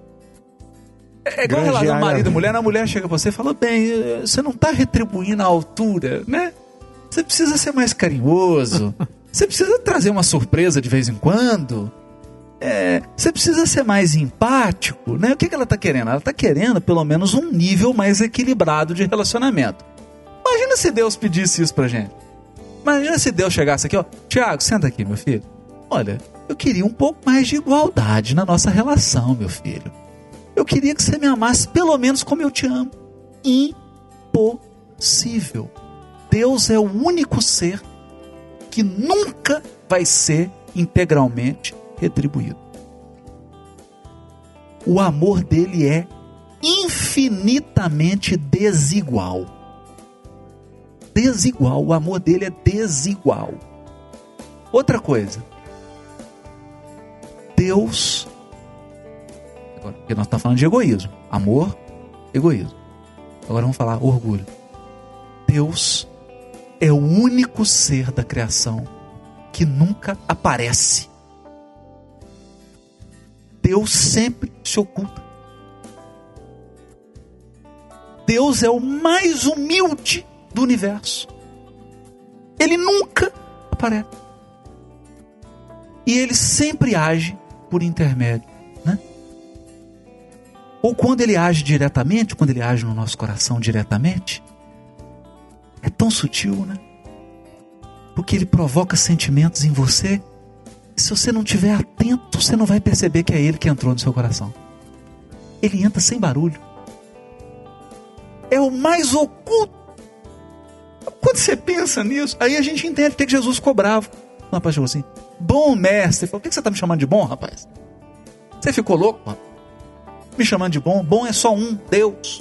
É igual a relação do marido e mulher. A mulher chega para você e fala, bem, você não está retribuindo a altura, né? Você precisa ser mais carinhoso. Você precisa trazer uma surpresa de vez em quando. É, você precisa ser mais empático, né? O que, que ela está querendo? Ela está querendo pelo menos um nível mais equilibrado de relacionamento. Imagina se Deus pedisse isso pra gente. Imagina se Deus chegasse aqui, ó, Tiago, senta aqui, meu filho. olha, eu queria um pouco mais de igualdade na nossa relação, meu filho. Eu queria que você me amasse pelo menos como eu te amo. Impossível. Deus é o único ser que nunca vai ser integralmente retribuído. O amor dele é infinitamente desigual. Desigual. O amor dele é desigual. Outra coisa. Deus... Porque nós estamos falando de egoísmo. Amor, egoísmo. Agora vamos falar orgulho. Deus é o único ser da criação que nunca aparece. Deus sempre se oculta. Deus é o mais humilde do universo. Ele nunca aparece. E ele sempre age por intermédio, né? Ou quando ele age diretamente, quando ele age no nosso coração diretamente, é tão sutil, né? Porque ele provoca sentimentos em você, e se você não estiver atento, você não vai perceber que é ele que entrou no seu coração. Ele entra sem barulho. É o mais oculto. Quando você pensa nisso, aí a gente entende porque que Jesus ficou bravo. O rapaz chegou assim, bom mestre. Ele falou, por que você está me chamando de bom, rapaz? Você ficou louco, rapaz? Me chamando de bom? Bom é só um, Deus.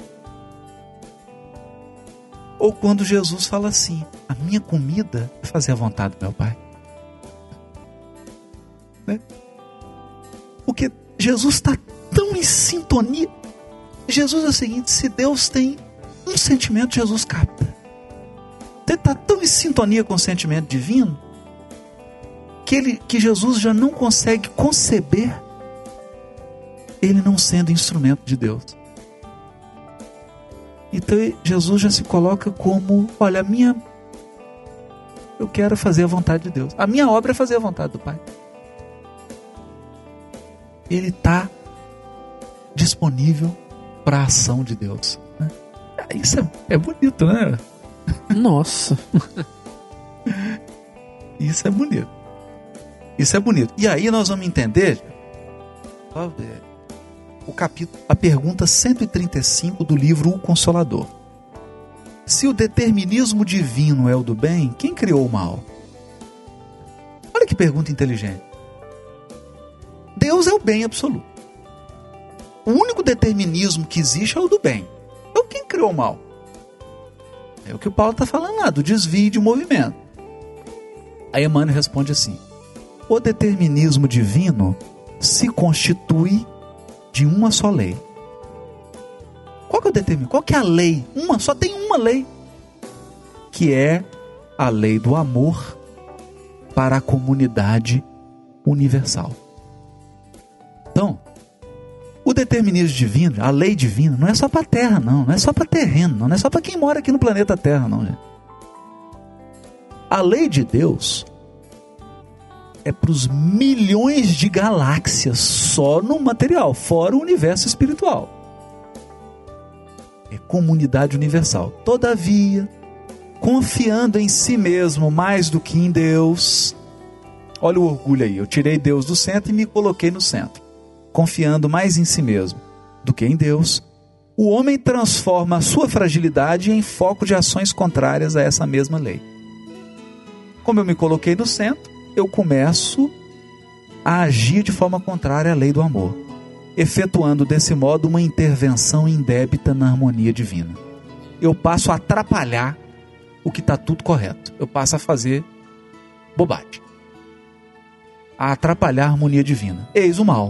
Ou quando Jesus fala assim, a minha comida é fazer a vontade do meu Pai. Né? Porque Jesus está tão em sintonia. Jesus é o seguinte, se Deus tem um sentimento, Jesus capta. Ele está tão em sintonia com o sentimento divino, que, ele, que Jesus já não consegue conceber ele não sendo instrumento de Deus. Então Jesus já se coloca como, olha, a minha, eu quero fazer a vontade de Deus. A minha obra é fazer a vontade do Pai. Ele está disponível para a ação de Deus. Né? Isso é, é bonito, né? Nossa. Isso é bonito. Isso é bonito. E aí nós vamos entender o capítulo, a pergunta cento e trinta e cinco do livro O Consolador. Se o determinismo divino é o do bem, quem criou o mal? Olha que pergunta inteligente. Deus é o bem absoluto. O único determinismo que existe é o do bem. Então quem criou o mal? É o que o Paulo está falando lá, do desvio de movimento. Aí Emmanuel responde assim, o determinismo divino se constitui de uma só lei. Qual que é o determinismo? Qual que é a lei? Uma, só tem uma lei, que é a lei do amor para a comunidade universal. Então, o determinismo divino, a lei divina, não é só para a Terra, não. Não é só para terreno, não. Não é só para quem mora aqui no planeta Terra, não, gente. A lei de Deus é para os milhões de galáxias só no material, fora o universo espiritual. É comunidade universal. Todavia, confiando em si mesmo mais do que em Deus, olha o orgulho aí, eu tirei Deus do centro e me coloquei no centro. Confiando mais em si mesmo do que em Deus, o homem transforma a sua fragilidade em foco de ações contrárias a essa mesma lei. Como eu me coloquei no centro, eu começo a agir de forma contrária à lei do amor, efetuando desse modo uma intervenção indébita na harmonia divina. Eu passo a atrapalhar o que está tudo correto. Eu passo a fazer bobagem, a atrapalhar a harmonia divina. Eis o mal.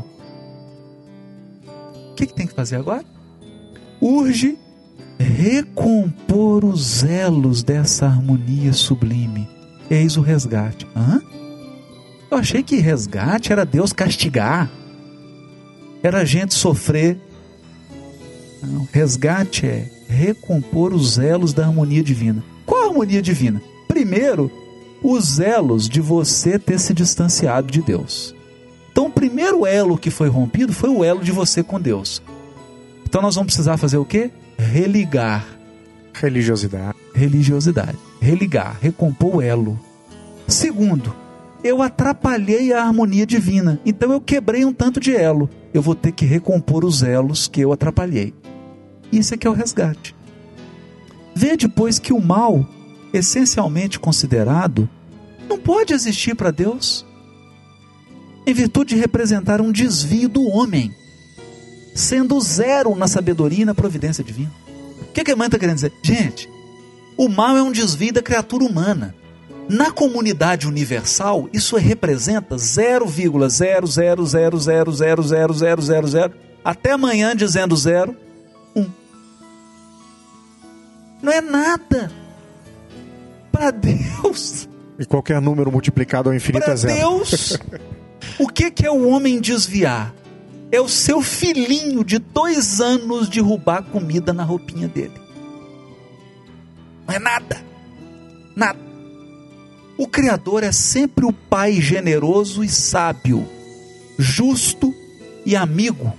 O que, que tem que fazer agora? Urge recompor os elos dessa harmonia sublime. Eis o resgate. Hã? Eu achei que resgate era Deus castigar, era a gente sofrer. Não, resgate é recompor os elos da harmonia divina. Qual a harmonia divina? Primeiro, os elos de você ter se distanciado de Deus. Então o primeiro elo que foi rompido foi o elo de você com Deus. Então nós vamos precisar fazer o quê? Religar. Religiosidade. Religiosidade. Religar, recompor o elo. Segundo, eu atrapalhei a harmonia divina. Então eu quebrei um tanto de elo. Eu vou ter que recompor os elos que eu atrapalhei. Isso é que é o resgate. Vê depois que o mal, essencialmente considerado, não pode existir para Deus, em virtude de representar um desvio do homem, sendo zero na sabedoria e na providência divina. O que, que a mãe está querendo dizer? Gente, o mal é um desvio da criatura humana. Na comunidade universal, isso representa zero vírgula zero zero zero zero zero zero zero zero zero até amanhã dizendo zero, um. Não é nada. Para Deus. E qualquer número multiplicado ao infinito é zero. Para Deus, o que, que é o homem desviar? É o seu filhinho de dois anos derrubar comida na roupinha dele. Não é nada. Nada. O Criador é sempre o Pai generoso e sábio, justo e amigo,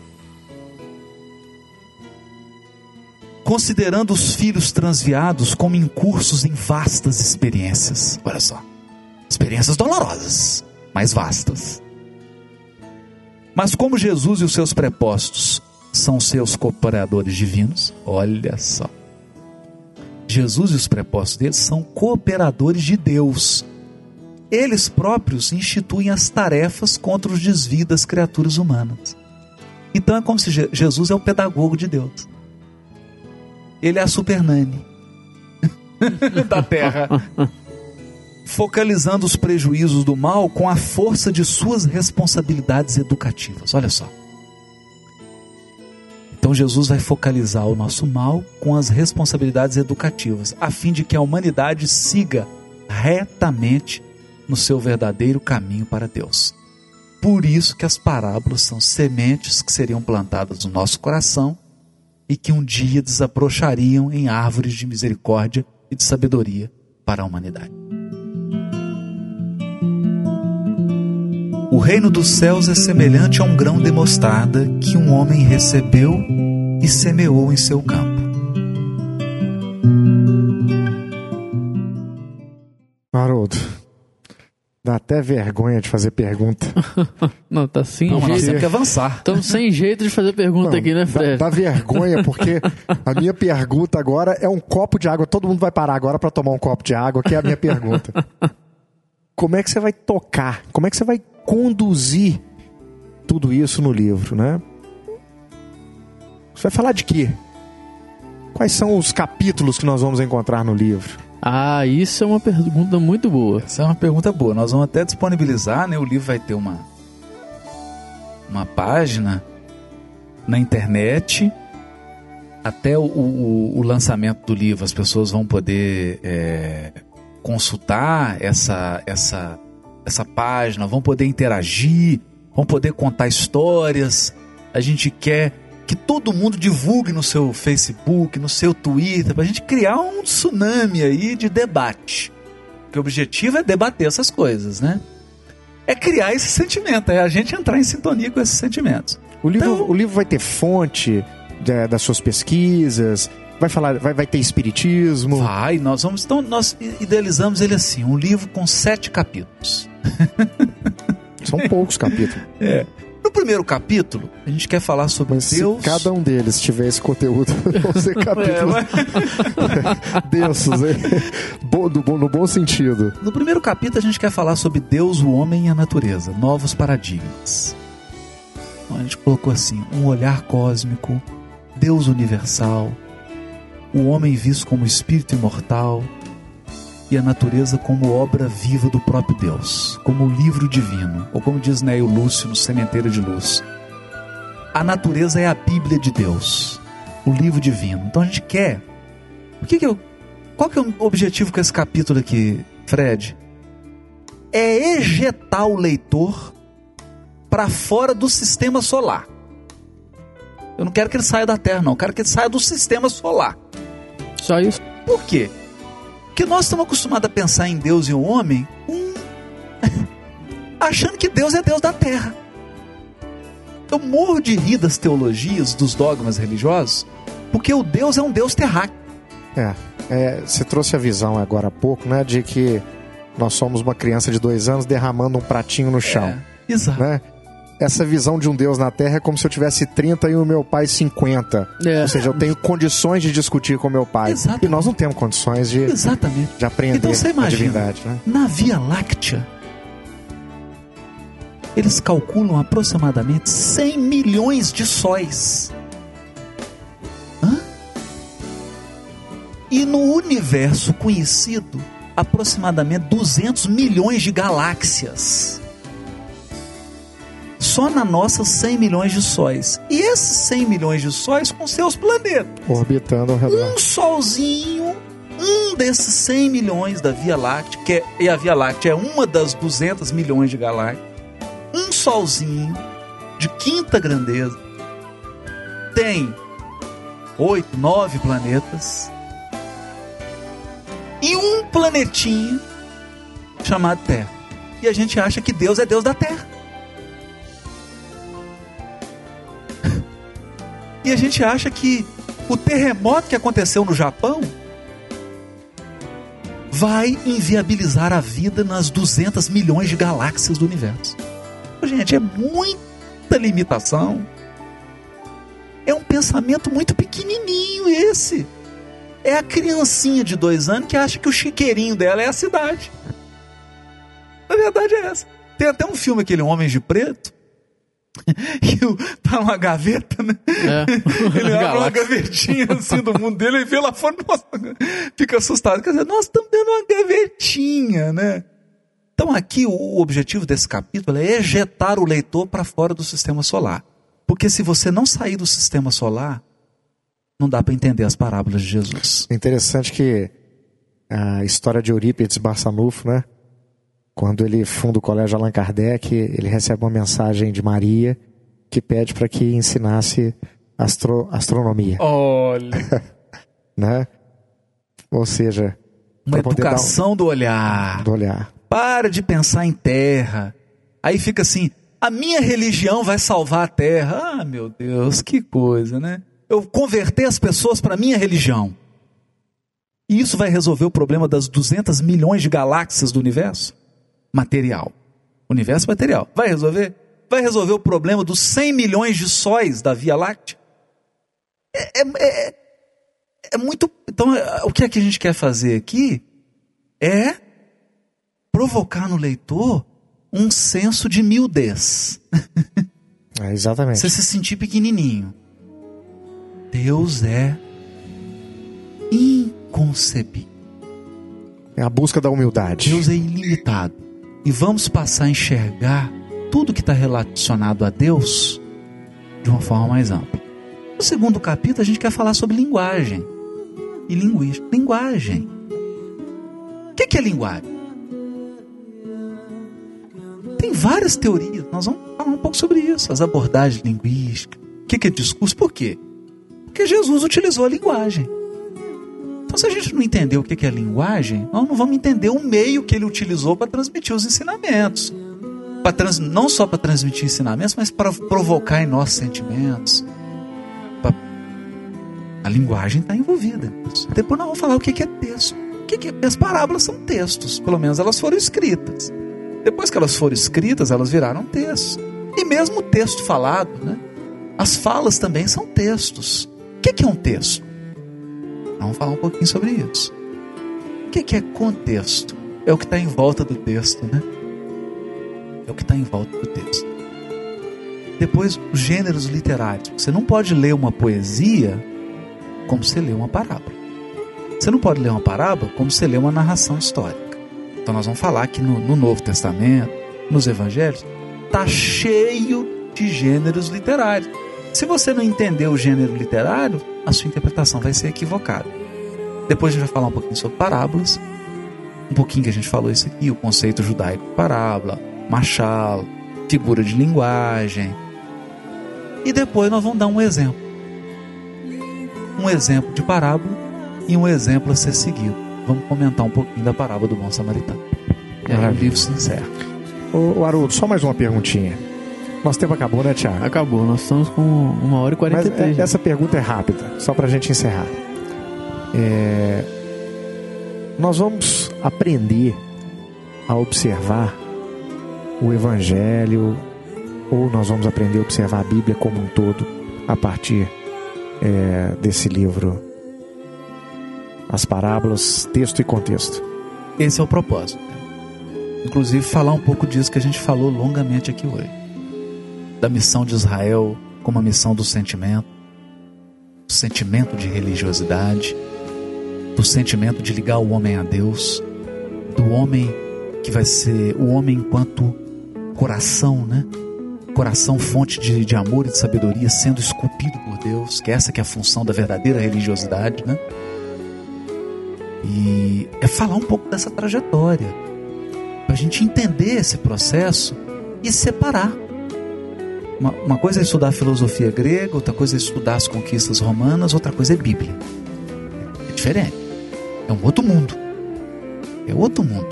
considerando os filhos transviados como incursos em vastas experiências. Olha só, experiências dolorosas, mas vastas. Mas como Jesus e os seus prepostos são seus cooperadores divinos, olha só, Jesus e os prepostos deles são cooperadores de Deus. Eles próprios instituem as tarefas contra os desvios das criaturas humanas. Então é como se Je- Jesus é o pedagogo de Deus. Ele é a supernani da terra, focalizando os prejuízos do mal com a força de suas responsabilidades educativas. Olha só. Então Jesus vai focalizar o nosso mal com as responsabilidades educativas, a fim de que a humanidade siga retamente no seu verdadeiro caminho para Deus. Por isso que as parábolas são sementes que seriam plantadas no nosso coração e que um dia desabrochariam em árvores de misericórdia e de sabedoria para a humanidade. O reino dos céus é semelhante a um grão de mostarda que um homem recebeu e semeou em seu campo. Haroldo, dá até vergonha de fazer pergunta. Não, tá sem Não, mas nós jeito. temos que avançar. Estamos sem jeito de fazer pergunta Não, aqui, né, dá, Fred? dá vergonha, porque a minha pergunta agora é um copo de água. Todo mundo vai parar agora para tomar um copo de água, que é a minha pergunta. Como é que você vai tocar? Como é que você vai conduzir tudo isso no livro, né? Você vai falar de quê? Quais são os capítulos que nós vamos encontrar no livro? Ah, isso é uma pergunta muito boa. Essa é uma pergunta boa. Nós vamos até disponibilizar, né? O livro vai ter uma, uma página na internet. Até o, o, o lançamento do livro, as pessoas vão poder é, consultar essa, essa, essa página, vão poder interagir, vão poder contar histórias. A gente quer que todo mundo divulgue no seu Facebook, no seu Twitter, para a gente criar um tsunami aí de debate. Porque o objetivo é debater essas coisas, né? É criar esse sentimento, é a gente entrar em sintonia com esses sentimentos. O livro, Então- o livro vai ter fonte da- das suas pesquisas, vai falar, vai, vai ter espiritismo. Vai, nós vamos. Então, nós idealizamos ele assim: um livro com sete capítulos. São poucos capítulos. É. No primeiro capítulo, a gente quer falar sobre Mas Deus. se cada um deles tiver esse conteúdo, vão ser capítulos densos, hein? Bo- do bom- no bom sentido. No primeiro capítulo, a gente quer falar sobre Deus, o homem e a natureza, novos paradigmas. Então, a gente colocou assim: um olhar cósmico, Deus universal, o homem visto como espírito imortal e a natureza como obra viva do próprio Deus, como o livro divino, ou como diz Neio Lúcio no Sementeiro de Luz, a natureza é a Bíblia de Deus, o livro divino. Então a gente quer. O que que eu, qual que é o objetivo com esse capítulo aqui, Fred? É ejetar o leitor para fora do sistema solar. Eu não quero que ele saia da Terra, não. Eu quero que ele saia do sistema solar. Só isso? Por quê? Porque nós estamos acostumados a pensar em Deus e o homem hum, achando que Deus é Deus da Terra. Eu morro de rir das teologias, dos dogmas religiosos, porque o Deus é um Deus terráqueo. É, é, você trouxe a visão agora há pouco, né, de que nós somos uma criança de dois anos derramando um pratinho no chão. É, exato. Né? Essa visão de um Deus na Terra é como se eu tivesse trinta e o meu pai cinquenta. É. Ou seja, eu tenho condições de discutir com meu pai. Exatamente. E nós não temos condições de, Exatamente. de aprender então, você imagina, a divindade. Né? Na Via Láctea, eles calculam aproximadamente cem milhões de sóis. Hã? E no universo conhecido, aproximadamente duzentos milhões de galáxias. Só na nossa cem milhões de sóis. E esses cem milhões de sóis com seus planetas. Orbitando ao redor. Um solzinho, um desses cem milhões da Via Láctea, que é, e a Via Láctea é uma das duzentos milhões de galáxias. Um solzinho de quinta grandeza tem oito, nove planetas e um planetinha chamado Terra. E a gente acha que Deus é Deus da Terra. E a gente acha que o terremoto que aconteceu no Japão vai inviabilizar a vida nas duzentos milhões de galáxias do universo. Gente, é muita limitação. É um pensamento muito pequenininho esse. É a criancinha de dois anos que acha que o chiqueirinho dela é a cidade. Na verdade é essa. Tem até um filme, aquele Homens de Preto, que tá numa gaveta, né? É. Ele abre uma gavetinha assim do mundo dele e vê lá fora, nossa, fica assustado. Quer dizer, nós estamos dando uma gavetinha, né? Então aqui o objetivo desse capítulo é ejetar o leitor para fora do sistema solar. Porque se você não sair do sistema solar, não dá para entender as parábolas de Jesus. É interessante que a história de Eurípides Barçanufo, né? Quando ele funda o Colégio Allan Kardec, ele recebe uma mensagem de Maria que pede para que ensinasse astro, astronomia. Olha! Né? Ou seja, uma educação um, do olhar. Do olhar. Para de pensar em terra. Aí fica assim, a minha religião vai salvar a terra. Ah, meu Deus, que coisa, né? Eu converter as pessoas para a minha religião. E isso vai resolver o problema das duzentos milhões de galáxias do universo? Material. Universo material. Vai resolver? Vai resolver o problema dos cem milhões de sóis da Via Láctea? É, é, é, é muito... Então, o que é que a gente quer fazer aqui é provocar no leitor um senso de miudez. É, exatamente. Você se sentir pequenininho. Deus é inconcebível. É a busca da humildade. Deus é ilimitado. E vamos passar a enxergar tudo que está relacionado a Deus de uma forma mais ampla. No segundo capítulo a gente quer falar sobre linguagem e linguística. Linguagem. O que é linguagem? Tem várias teorias, nós vamos falar um pouco sobre isso, as abordagens linguísticas, o que é discurso, por quê? Porque Jesus utilizou a linguagem. Então se a gente não entender o que é linguagem, nós não vamos entender o meio que ele utilizou para transmitir os ensinamentos. Pra trans, não só para transmitir ensinamentos, mas para provocar em nós sentimentos. Pra... A linguagem está envolvida nisso. Depois nós vamos falar o que é texto. O que é... As parábolas são textos, pelo menos elas foram escritas. Depois que elas foram escritas, elas viraram textos. E mesmo o texto falado, né? As falas também são textos. O que é um texto? Vamos falar um pouquinho sobre isso. O que é contexto? É o que está em volta do texto, né? É o que está em volta do texto. Depois, os gêneros literários. Você não pode ler uma poesia como você lê uma parábola. Você não pode ler uma parábola como você lê uma narração histórica. Então nós vamos falar que no, no Novo Testamento, nos Evangelhos, está cheio de gêneros literários. Se você não entender o gênero literário, a sua interpretação vai ser equivocada. Depois a gente vai falar um pouquinho sobre parábolas, um pouquinho que a gente falou isso aqui, o conceito judaico de parábola, machal, figura de linguagem. E depois nós vamos dar um exemplo. Um exemplo de parábola e um exemplo a ser seguido. Vamos comentar um pouquinho da parábola do bom samaritano. E aí o livro se encerra. Ô, Haroldo, só mais uma perguntinha. Nosso tempo acabou, né, Thiago? Acabou, nós estamos com uma hora e quarenta e três. Mas essa pergunta é rápida, só pra gente encerrar. É... Nós vamos aprender a observar o Evangelho, ou nós vamos aprender a observar a Bíblia como um todo a partir é, desse livro, as parábolas, texto e contexto. Esse é o propósito. Inclusive falar um pouco disso que a gente falou longamente aqui hoje, da missão de Israel como a missão do sentimento, do sentimento de religiosidade, do sentimento de ligar o homem a Deus, do homem que vai ser o homem enquanto coração, né? Coração fonte de, de amor e de sabedoria sendo esculpido por Deus, que essa que é a função da verdadeira religiosidade, né? E é falar um pouco dessa trajetória, para a gente entender esse processo e separar. Uma, uma coisa é estudar a filosofia grega, outra coisa é estudar as conquistas romanas, outra coisa é Bíblia. É diferente. É um outro mundo. É outro mundo.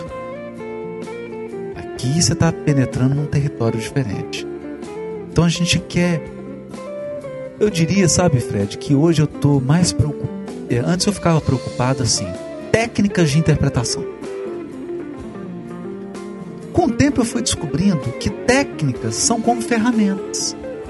Aqui você está penetrando num território diferente. Então a gente quer... Eu diria, sabe, Fred, que hoje eu estou mais preocupado... Antes eu ficava preocupado assim, técnicas de interpretação. Com o tempo eu fui descobrindo que técnicas são como ferramentas.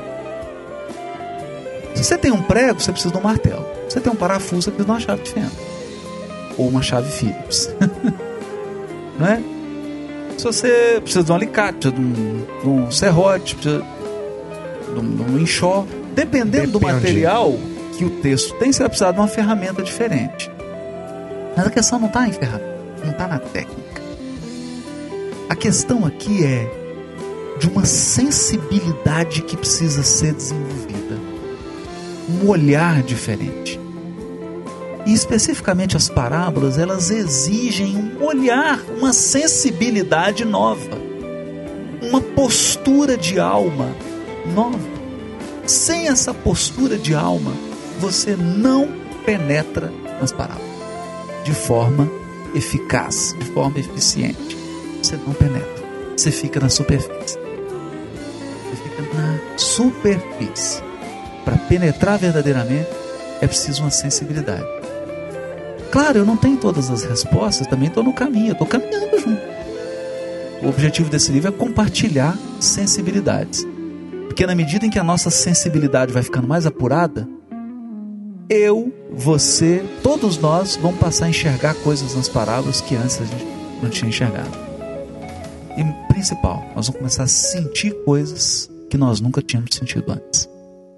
Se você tem um prego, você precisa de um martelo. Se você tem um parafuso, você precisa de uma chave de fenda. Ou uma chave Phillips. Não é? Se você precisa de um alicate, precisa de um, de um serrote, precisa de um, de um enxó. Dependendo Depende. do material que o texto tem, você vai precisar de uma ferramenta diferente. Mas a questão não está em ferramenta, não está na técnica. A questão aqui é de uma sensibilidade que precisa ser desenvolvida, um olhar diferente. E especificamente as parábolas, elas exigem um olhar, uma sensibilidade nova, uma postura de alma nova. Sem essa postura de alma, você não penetra nas parábolas de forma eficaz, de forma eficiente. Você não penetra, você fica na superfície. Você fica na superfície. Para penetrar verdadeiramente, é preciso uma sensibilidade. Claro, eu não tenho todas as respostas, também estou no caminho, eu estou caminhando junto. O objetivo desse livro é compartilhar sensibilidades. Porque na medida em que a nossa sensibilidade vai ficando mais apurada, eu, você, todos nós vamos passar a enxergar coisas nas parábolas que antes a gente não tinha enxergado. E principal, nós vamos começar a sentir coisas que nós nunca tínhamos sentido antes.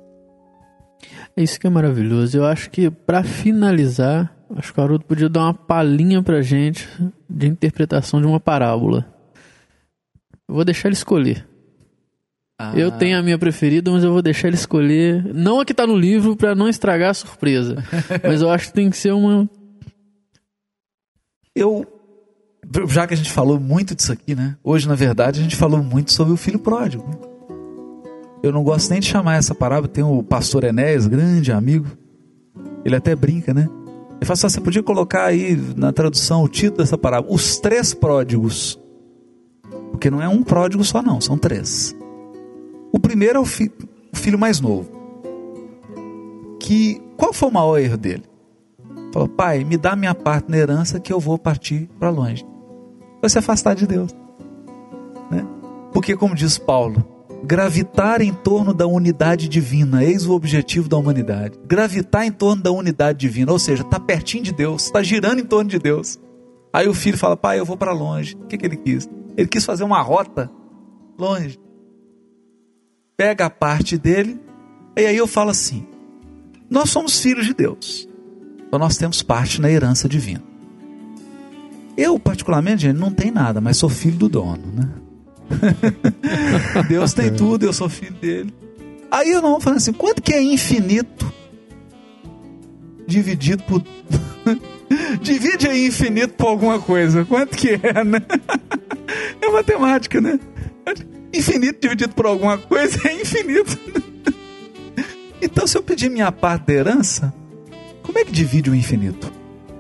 É isso que é maravilhoso. Eu acho que, para finalizar, acho que o Haroldo podia dar uma palhinha pra gente de interpretação de uma parábola. Eu vou deixar ele escolher. Ah. Eu tenho a minha preferida, mas eu vou deixar ele escolher. Não a que tá no livro, para não estragar a surpresa. Mas eu acho que tem que ser uma... Eu... Já que a gente falou muito disso aqui, né? Hoje, na verdade, a gente falou muito sobre o filho pródigo. Eu não gosto nem de chamar essa parábola. Tem o pastor Enéas, grande amigo. Ele até brinca, né? Ele fala assim, você podia colocar aí na tradução o título dessa parábola: Os Três Pródigos. Porque não é um pródigo só não, são três. O primeiro é o, fi- o filho mais novo. Que, qual foi o maior erro dele? Falou, pai, me dá minha parte na herança que eu vou partir para longe. Vai se afastar de Deus, né? Porque, como diz Paulo, gravitar em torno da unidade divina, eis o objetivo da humanidade. Gravitar em torno da unidade divina, ou seja, está pertinho de Deus, está girando em torno de Deus. Aí o filho fala, pai, eu vou para longe. O que, que ele quis? Ele quis fazer uma rota longe. Pega a parte dele, e aí eu falo assim, nós somos filhos de Deus, então nós temos parte na herança divina. Eu, particularmente, gente, não tenho nada, mas sou filho do dono, né? Deus tem tudo, eu sou filho dele. Aí eu não falo assim, quanto que é infinito dividido por... Divide aí infinito por alguma coisa, quanto que é, né? É matemática, né? Infinito dividido por alguma coisa é infinito. Então, se eu pedir minha parte da herança, como é que divide o infinito?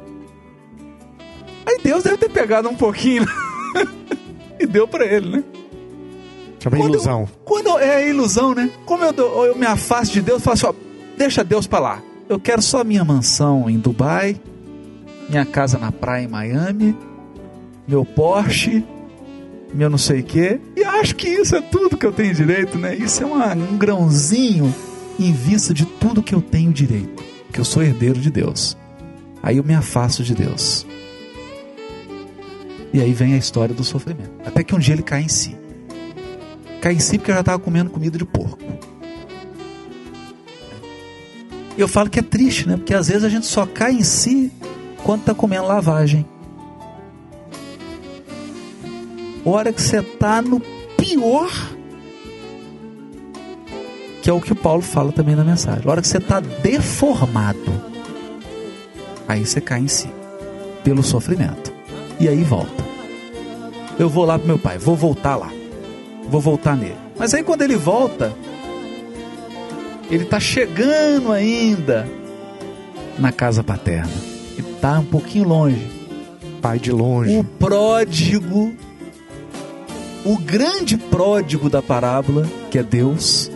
Aí Deus deve ter pegado um pouquinho e deu pra ele, né? Chama quando ilusão. Eu, quando eu, é ilusão, né? Como eu, eu me afasto de Deus, eu falo assim, ó, deixa Deus pra lá. Eu quero só minha mansão em Dubai, minha casa na praia em Miami, meu Porsche, meu não sei o quê, e acho que isso é tudo que eu tenho direito, né? Isso é uma, um grãozinho em vista de tudo que eu tenho direito, que eu sou herdeiro de Deus. Aí eu me afasto de Deus. E aí vem a história do sofrimento. Até que um dia ele cai em si. Cai em si porque eu já estava comendo comida de porco. E eu falo que é triste, né? Porque às vezes a gente só cai em si quando está comendo lavagem. Hora que você está no pior, que é o que o Paulo fala também na mensagem. Hora que você está deformado, aí você cai em si pelo sofrimento. E aí volta. Eu vou lá pro meu pai, vou voltar lá. Vou voltar nele. Mas aí quando ele volta, ele está chegando ainda na casa paterna. Ele está um pouquinho longe. Pai de longe. O pródigo, o grande pródigo da parábola, que é Deus,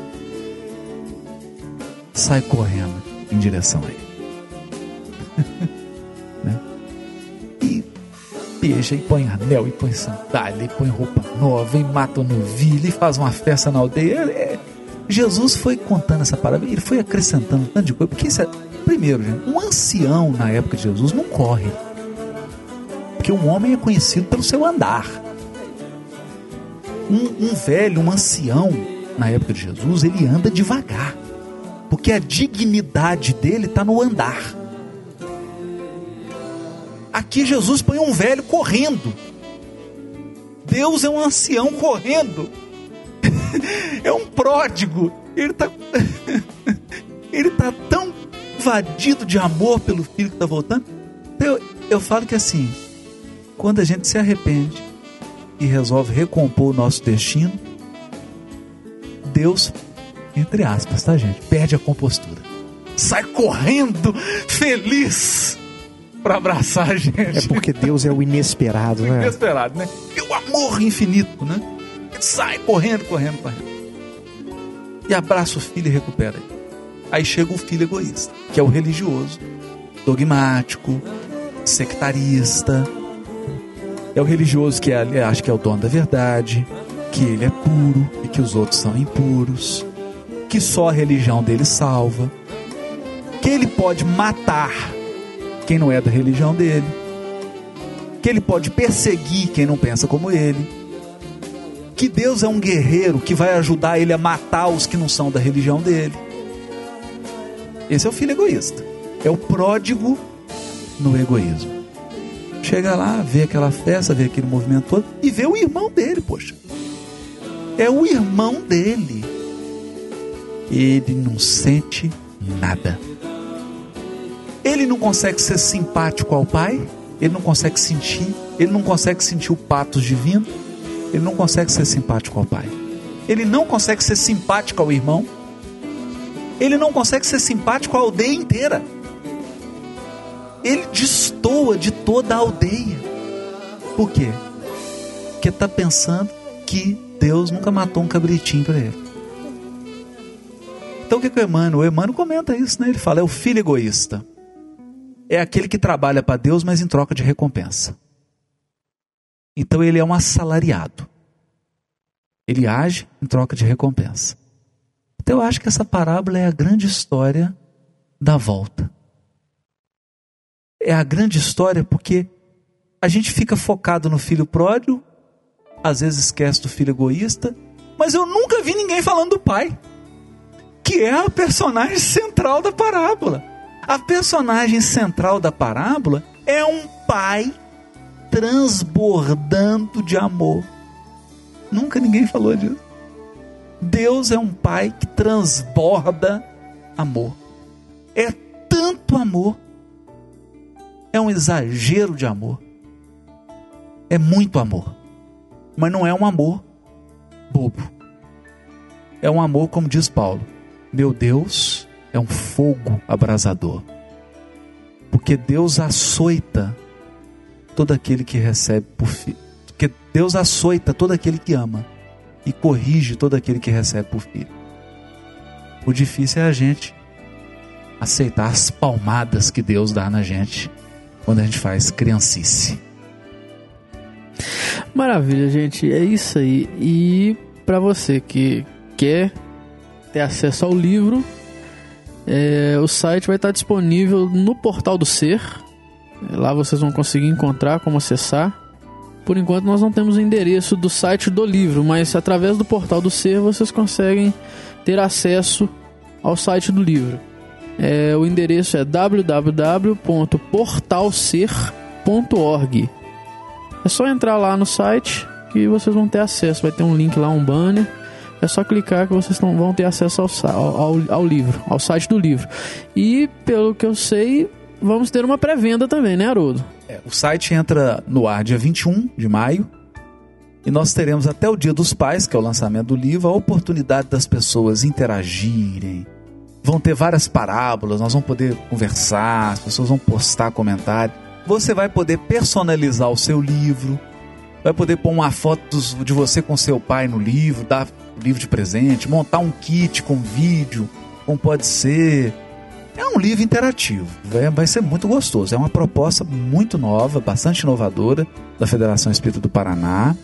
sai correndo em direção a ele. Né? E beija, e põe anel, e põe sandália, e põe roupa nova, e mata o novilho, e faz uma festa na aldeia. É, Jesus foi contando essa parábola, ele foi acrescentando tanto de coisa, porque isso é, primeiro, gente, um ancião na época de Jesus não corre, porque um homem é conhecido pelo seu andar. Um, um velho, um ancião na época de Jesus, ele anda devagar, porque a dignidade dele está no andar. Aqui Jesus põe um velho correndo. Deus é um ancião correndo. É um pródigo. Ele está ele tá tão invadido de amor pelo filho que está voltando. Eu, eu falo que assim, quando a gente se arrepende e resolve recompor o nosso destino, Deus, entre aspas, tá, gente, perde a compostura, sai correndo feliz para abraçar a gente. É porque Deus é o inesperado, né? Inesperado, né? É o amor infinito, né? Ele sai correndo, correndo, correndo. E abraça o filho e recupera ele. Aí chega o filho egoísta, que é o religioso, dogmático, sectarista. É o religioso que é, acha que é o dono da verdade, que ele é puro e que os outros são impuros, que só a religião dele salva, que ele pode matar quem não é da religião dele, que ele pode perseguir quem não pensa como ele, que Deus é um guerreiro que vai ajudar ele a matar os que não são da religião dele. Esse é o filho egoísta, é o pródigo no egoísmo. Chega lá, vê aquela festa, vê aquele movimento todo e vê o irmão dele, poxa, é o irmão dele. Ele não sente nada. Ele não consegue ser simpático ao pai, ele não consegue sentir, ele não consegue sentir o patos divino, ele não consegue ser simpático ao pai, ele não consegue ser simpático ao irmão, ele não consegue ser simpático à aldeia inteira. Ele destoa de toda a aldeia. Por quê? Porque está pensando que Deus nunca matou um cabritinho para ele. Então o que, que o Emmanuel? O Emmanuel comenta isso, né? Ele fala, é o filho egoísta. É aquele que trabalha para Deus, mas em troca de recompensa. Então ele é um assalariado. Ele age em troca de recompensa. Então eu acho que essa parábola é a grande história da volta. É a grande história porque a gente fica focado no filho pródigo, às vezes esquece do filho egoísta, mas eu nunca vi ninguém falando do pai, que é a personagem central da parábola. A personagem central da parábola é um pai transbordando de amor. Nunca ninguém falou disso. Deus é um pai que transborda amor. É tanto amor. É um exagero de amor. É muito amor. Mas não é um amor bobo. É um amor, como diz Paulo, meu Deus é um fogo abrasador. Porque Deus açoita todo aquele que recebe por filho. Porque Deus açoita todo aquele que ama e corrige todo aquele que recebe por filho. O difícil é a gente aceitar as palmadas que Deus dá na gente quando a gente faz criancice. Maravilha, gente. É isso aí. E para você que quer ter acesso ao livro, é, o site vai estar disponível no Portal do Ser. Lá vocês vão conseguir encontrar como acessar. Por enquanto nós não temos o endereço do site do livro, mas através do Portal do Ser vocês conseguem ter acesso ao site do livro. É, o endereço é w w w ponto portal ser ponto org. É só entrar lá no site que vocês vão ter acesso. Vai ter um link lá, um banner. É só clicar que vocês tão, vão ter acesso ao, ao, ao livro, ao site do livro. E, pelo que eu sei, vamos ter uma pré-venda também, né, Haroldo? É, o site entra no ar dia vinte e um de maio. E nós teremos até o Dia dos Pais, que é o lançamento do livro, a oportunidade das pessoas interagirem. Vão ter várias parábolas, nós vamos poder conversar, as pessoas vão postar comentários. Você vai poder personalizar o seu livro, vai poder pôr uma foto de você com seu pai no livro, dar o livro de presente, montar um kit com vídeo, como pode ser. É um livro interativo, vai ser muito gostoso. É uma proposta muito nova, bastante inovadora da Federação Espírita do Paraná.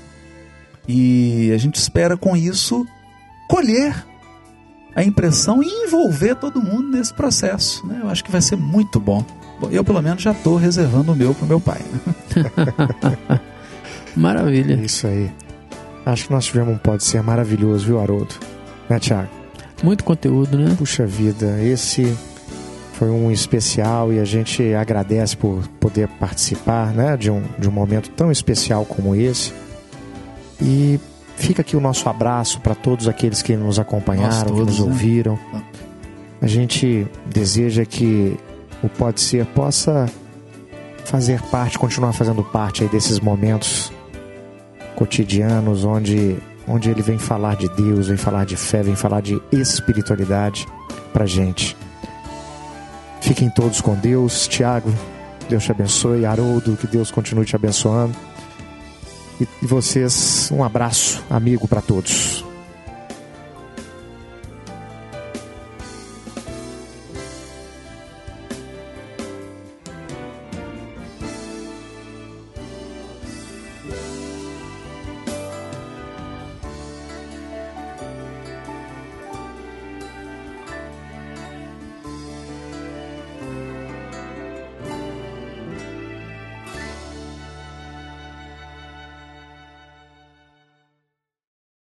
E a gente espera com isso colher a impressão e envolver todo mundo nesse processo, né? Eu acho que vai ser muito bom. Bom, eu pelo menos já estou reservando o meu para o meu pai, né? Maravilha. Isso aí. Acho que nós tivemos um Pode Ser maravilhoso, viu, Haroldo? Né, Thiago? Muito conteúdo, né? Puxa vida, esse foi um especial e a gente agradece por poder participar, né, de um, de um momento tão especial como esse. E fica aqui o nosso abraço para todos aqueles que nos acompanharam, todos, que nos ouviram. Né? A gente deseja que o Pode Ser possa fazer parte, continuar fazendo parte aí desses momentos cotidianos onde, onde ele vem falar de Deus, vem falar de fé, vem falar de espiritualidade pra gente. Fiquem todos com Deus. Tiago, Deus te abençoe. Haroldo, que Deus continue te abençoando. E vocês, um abraço amigo para todos.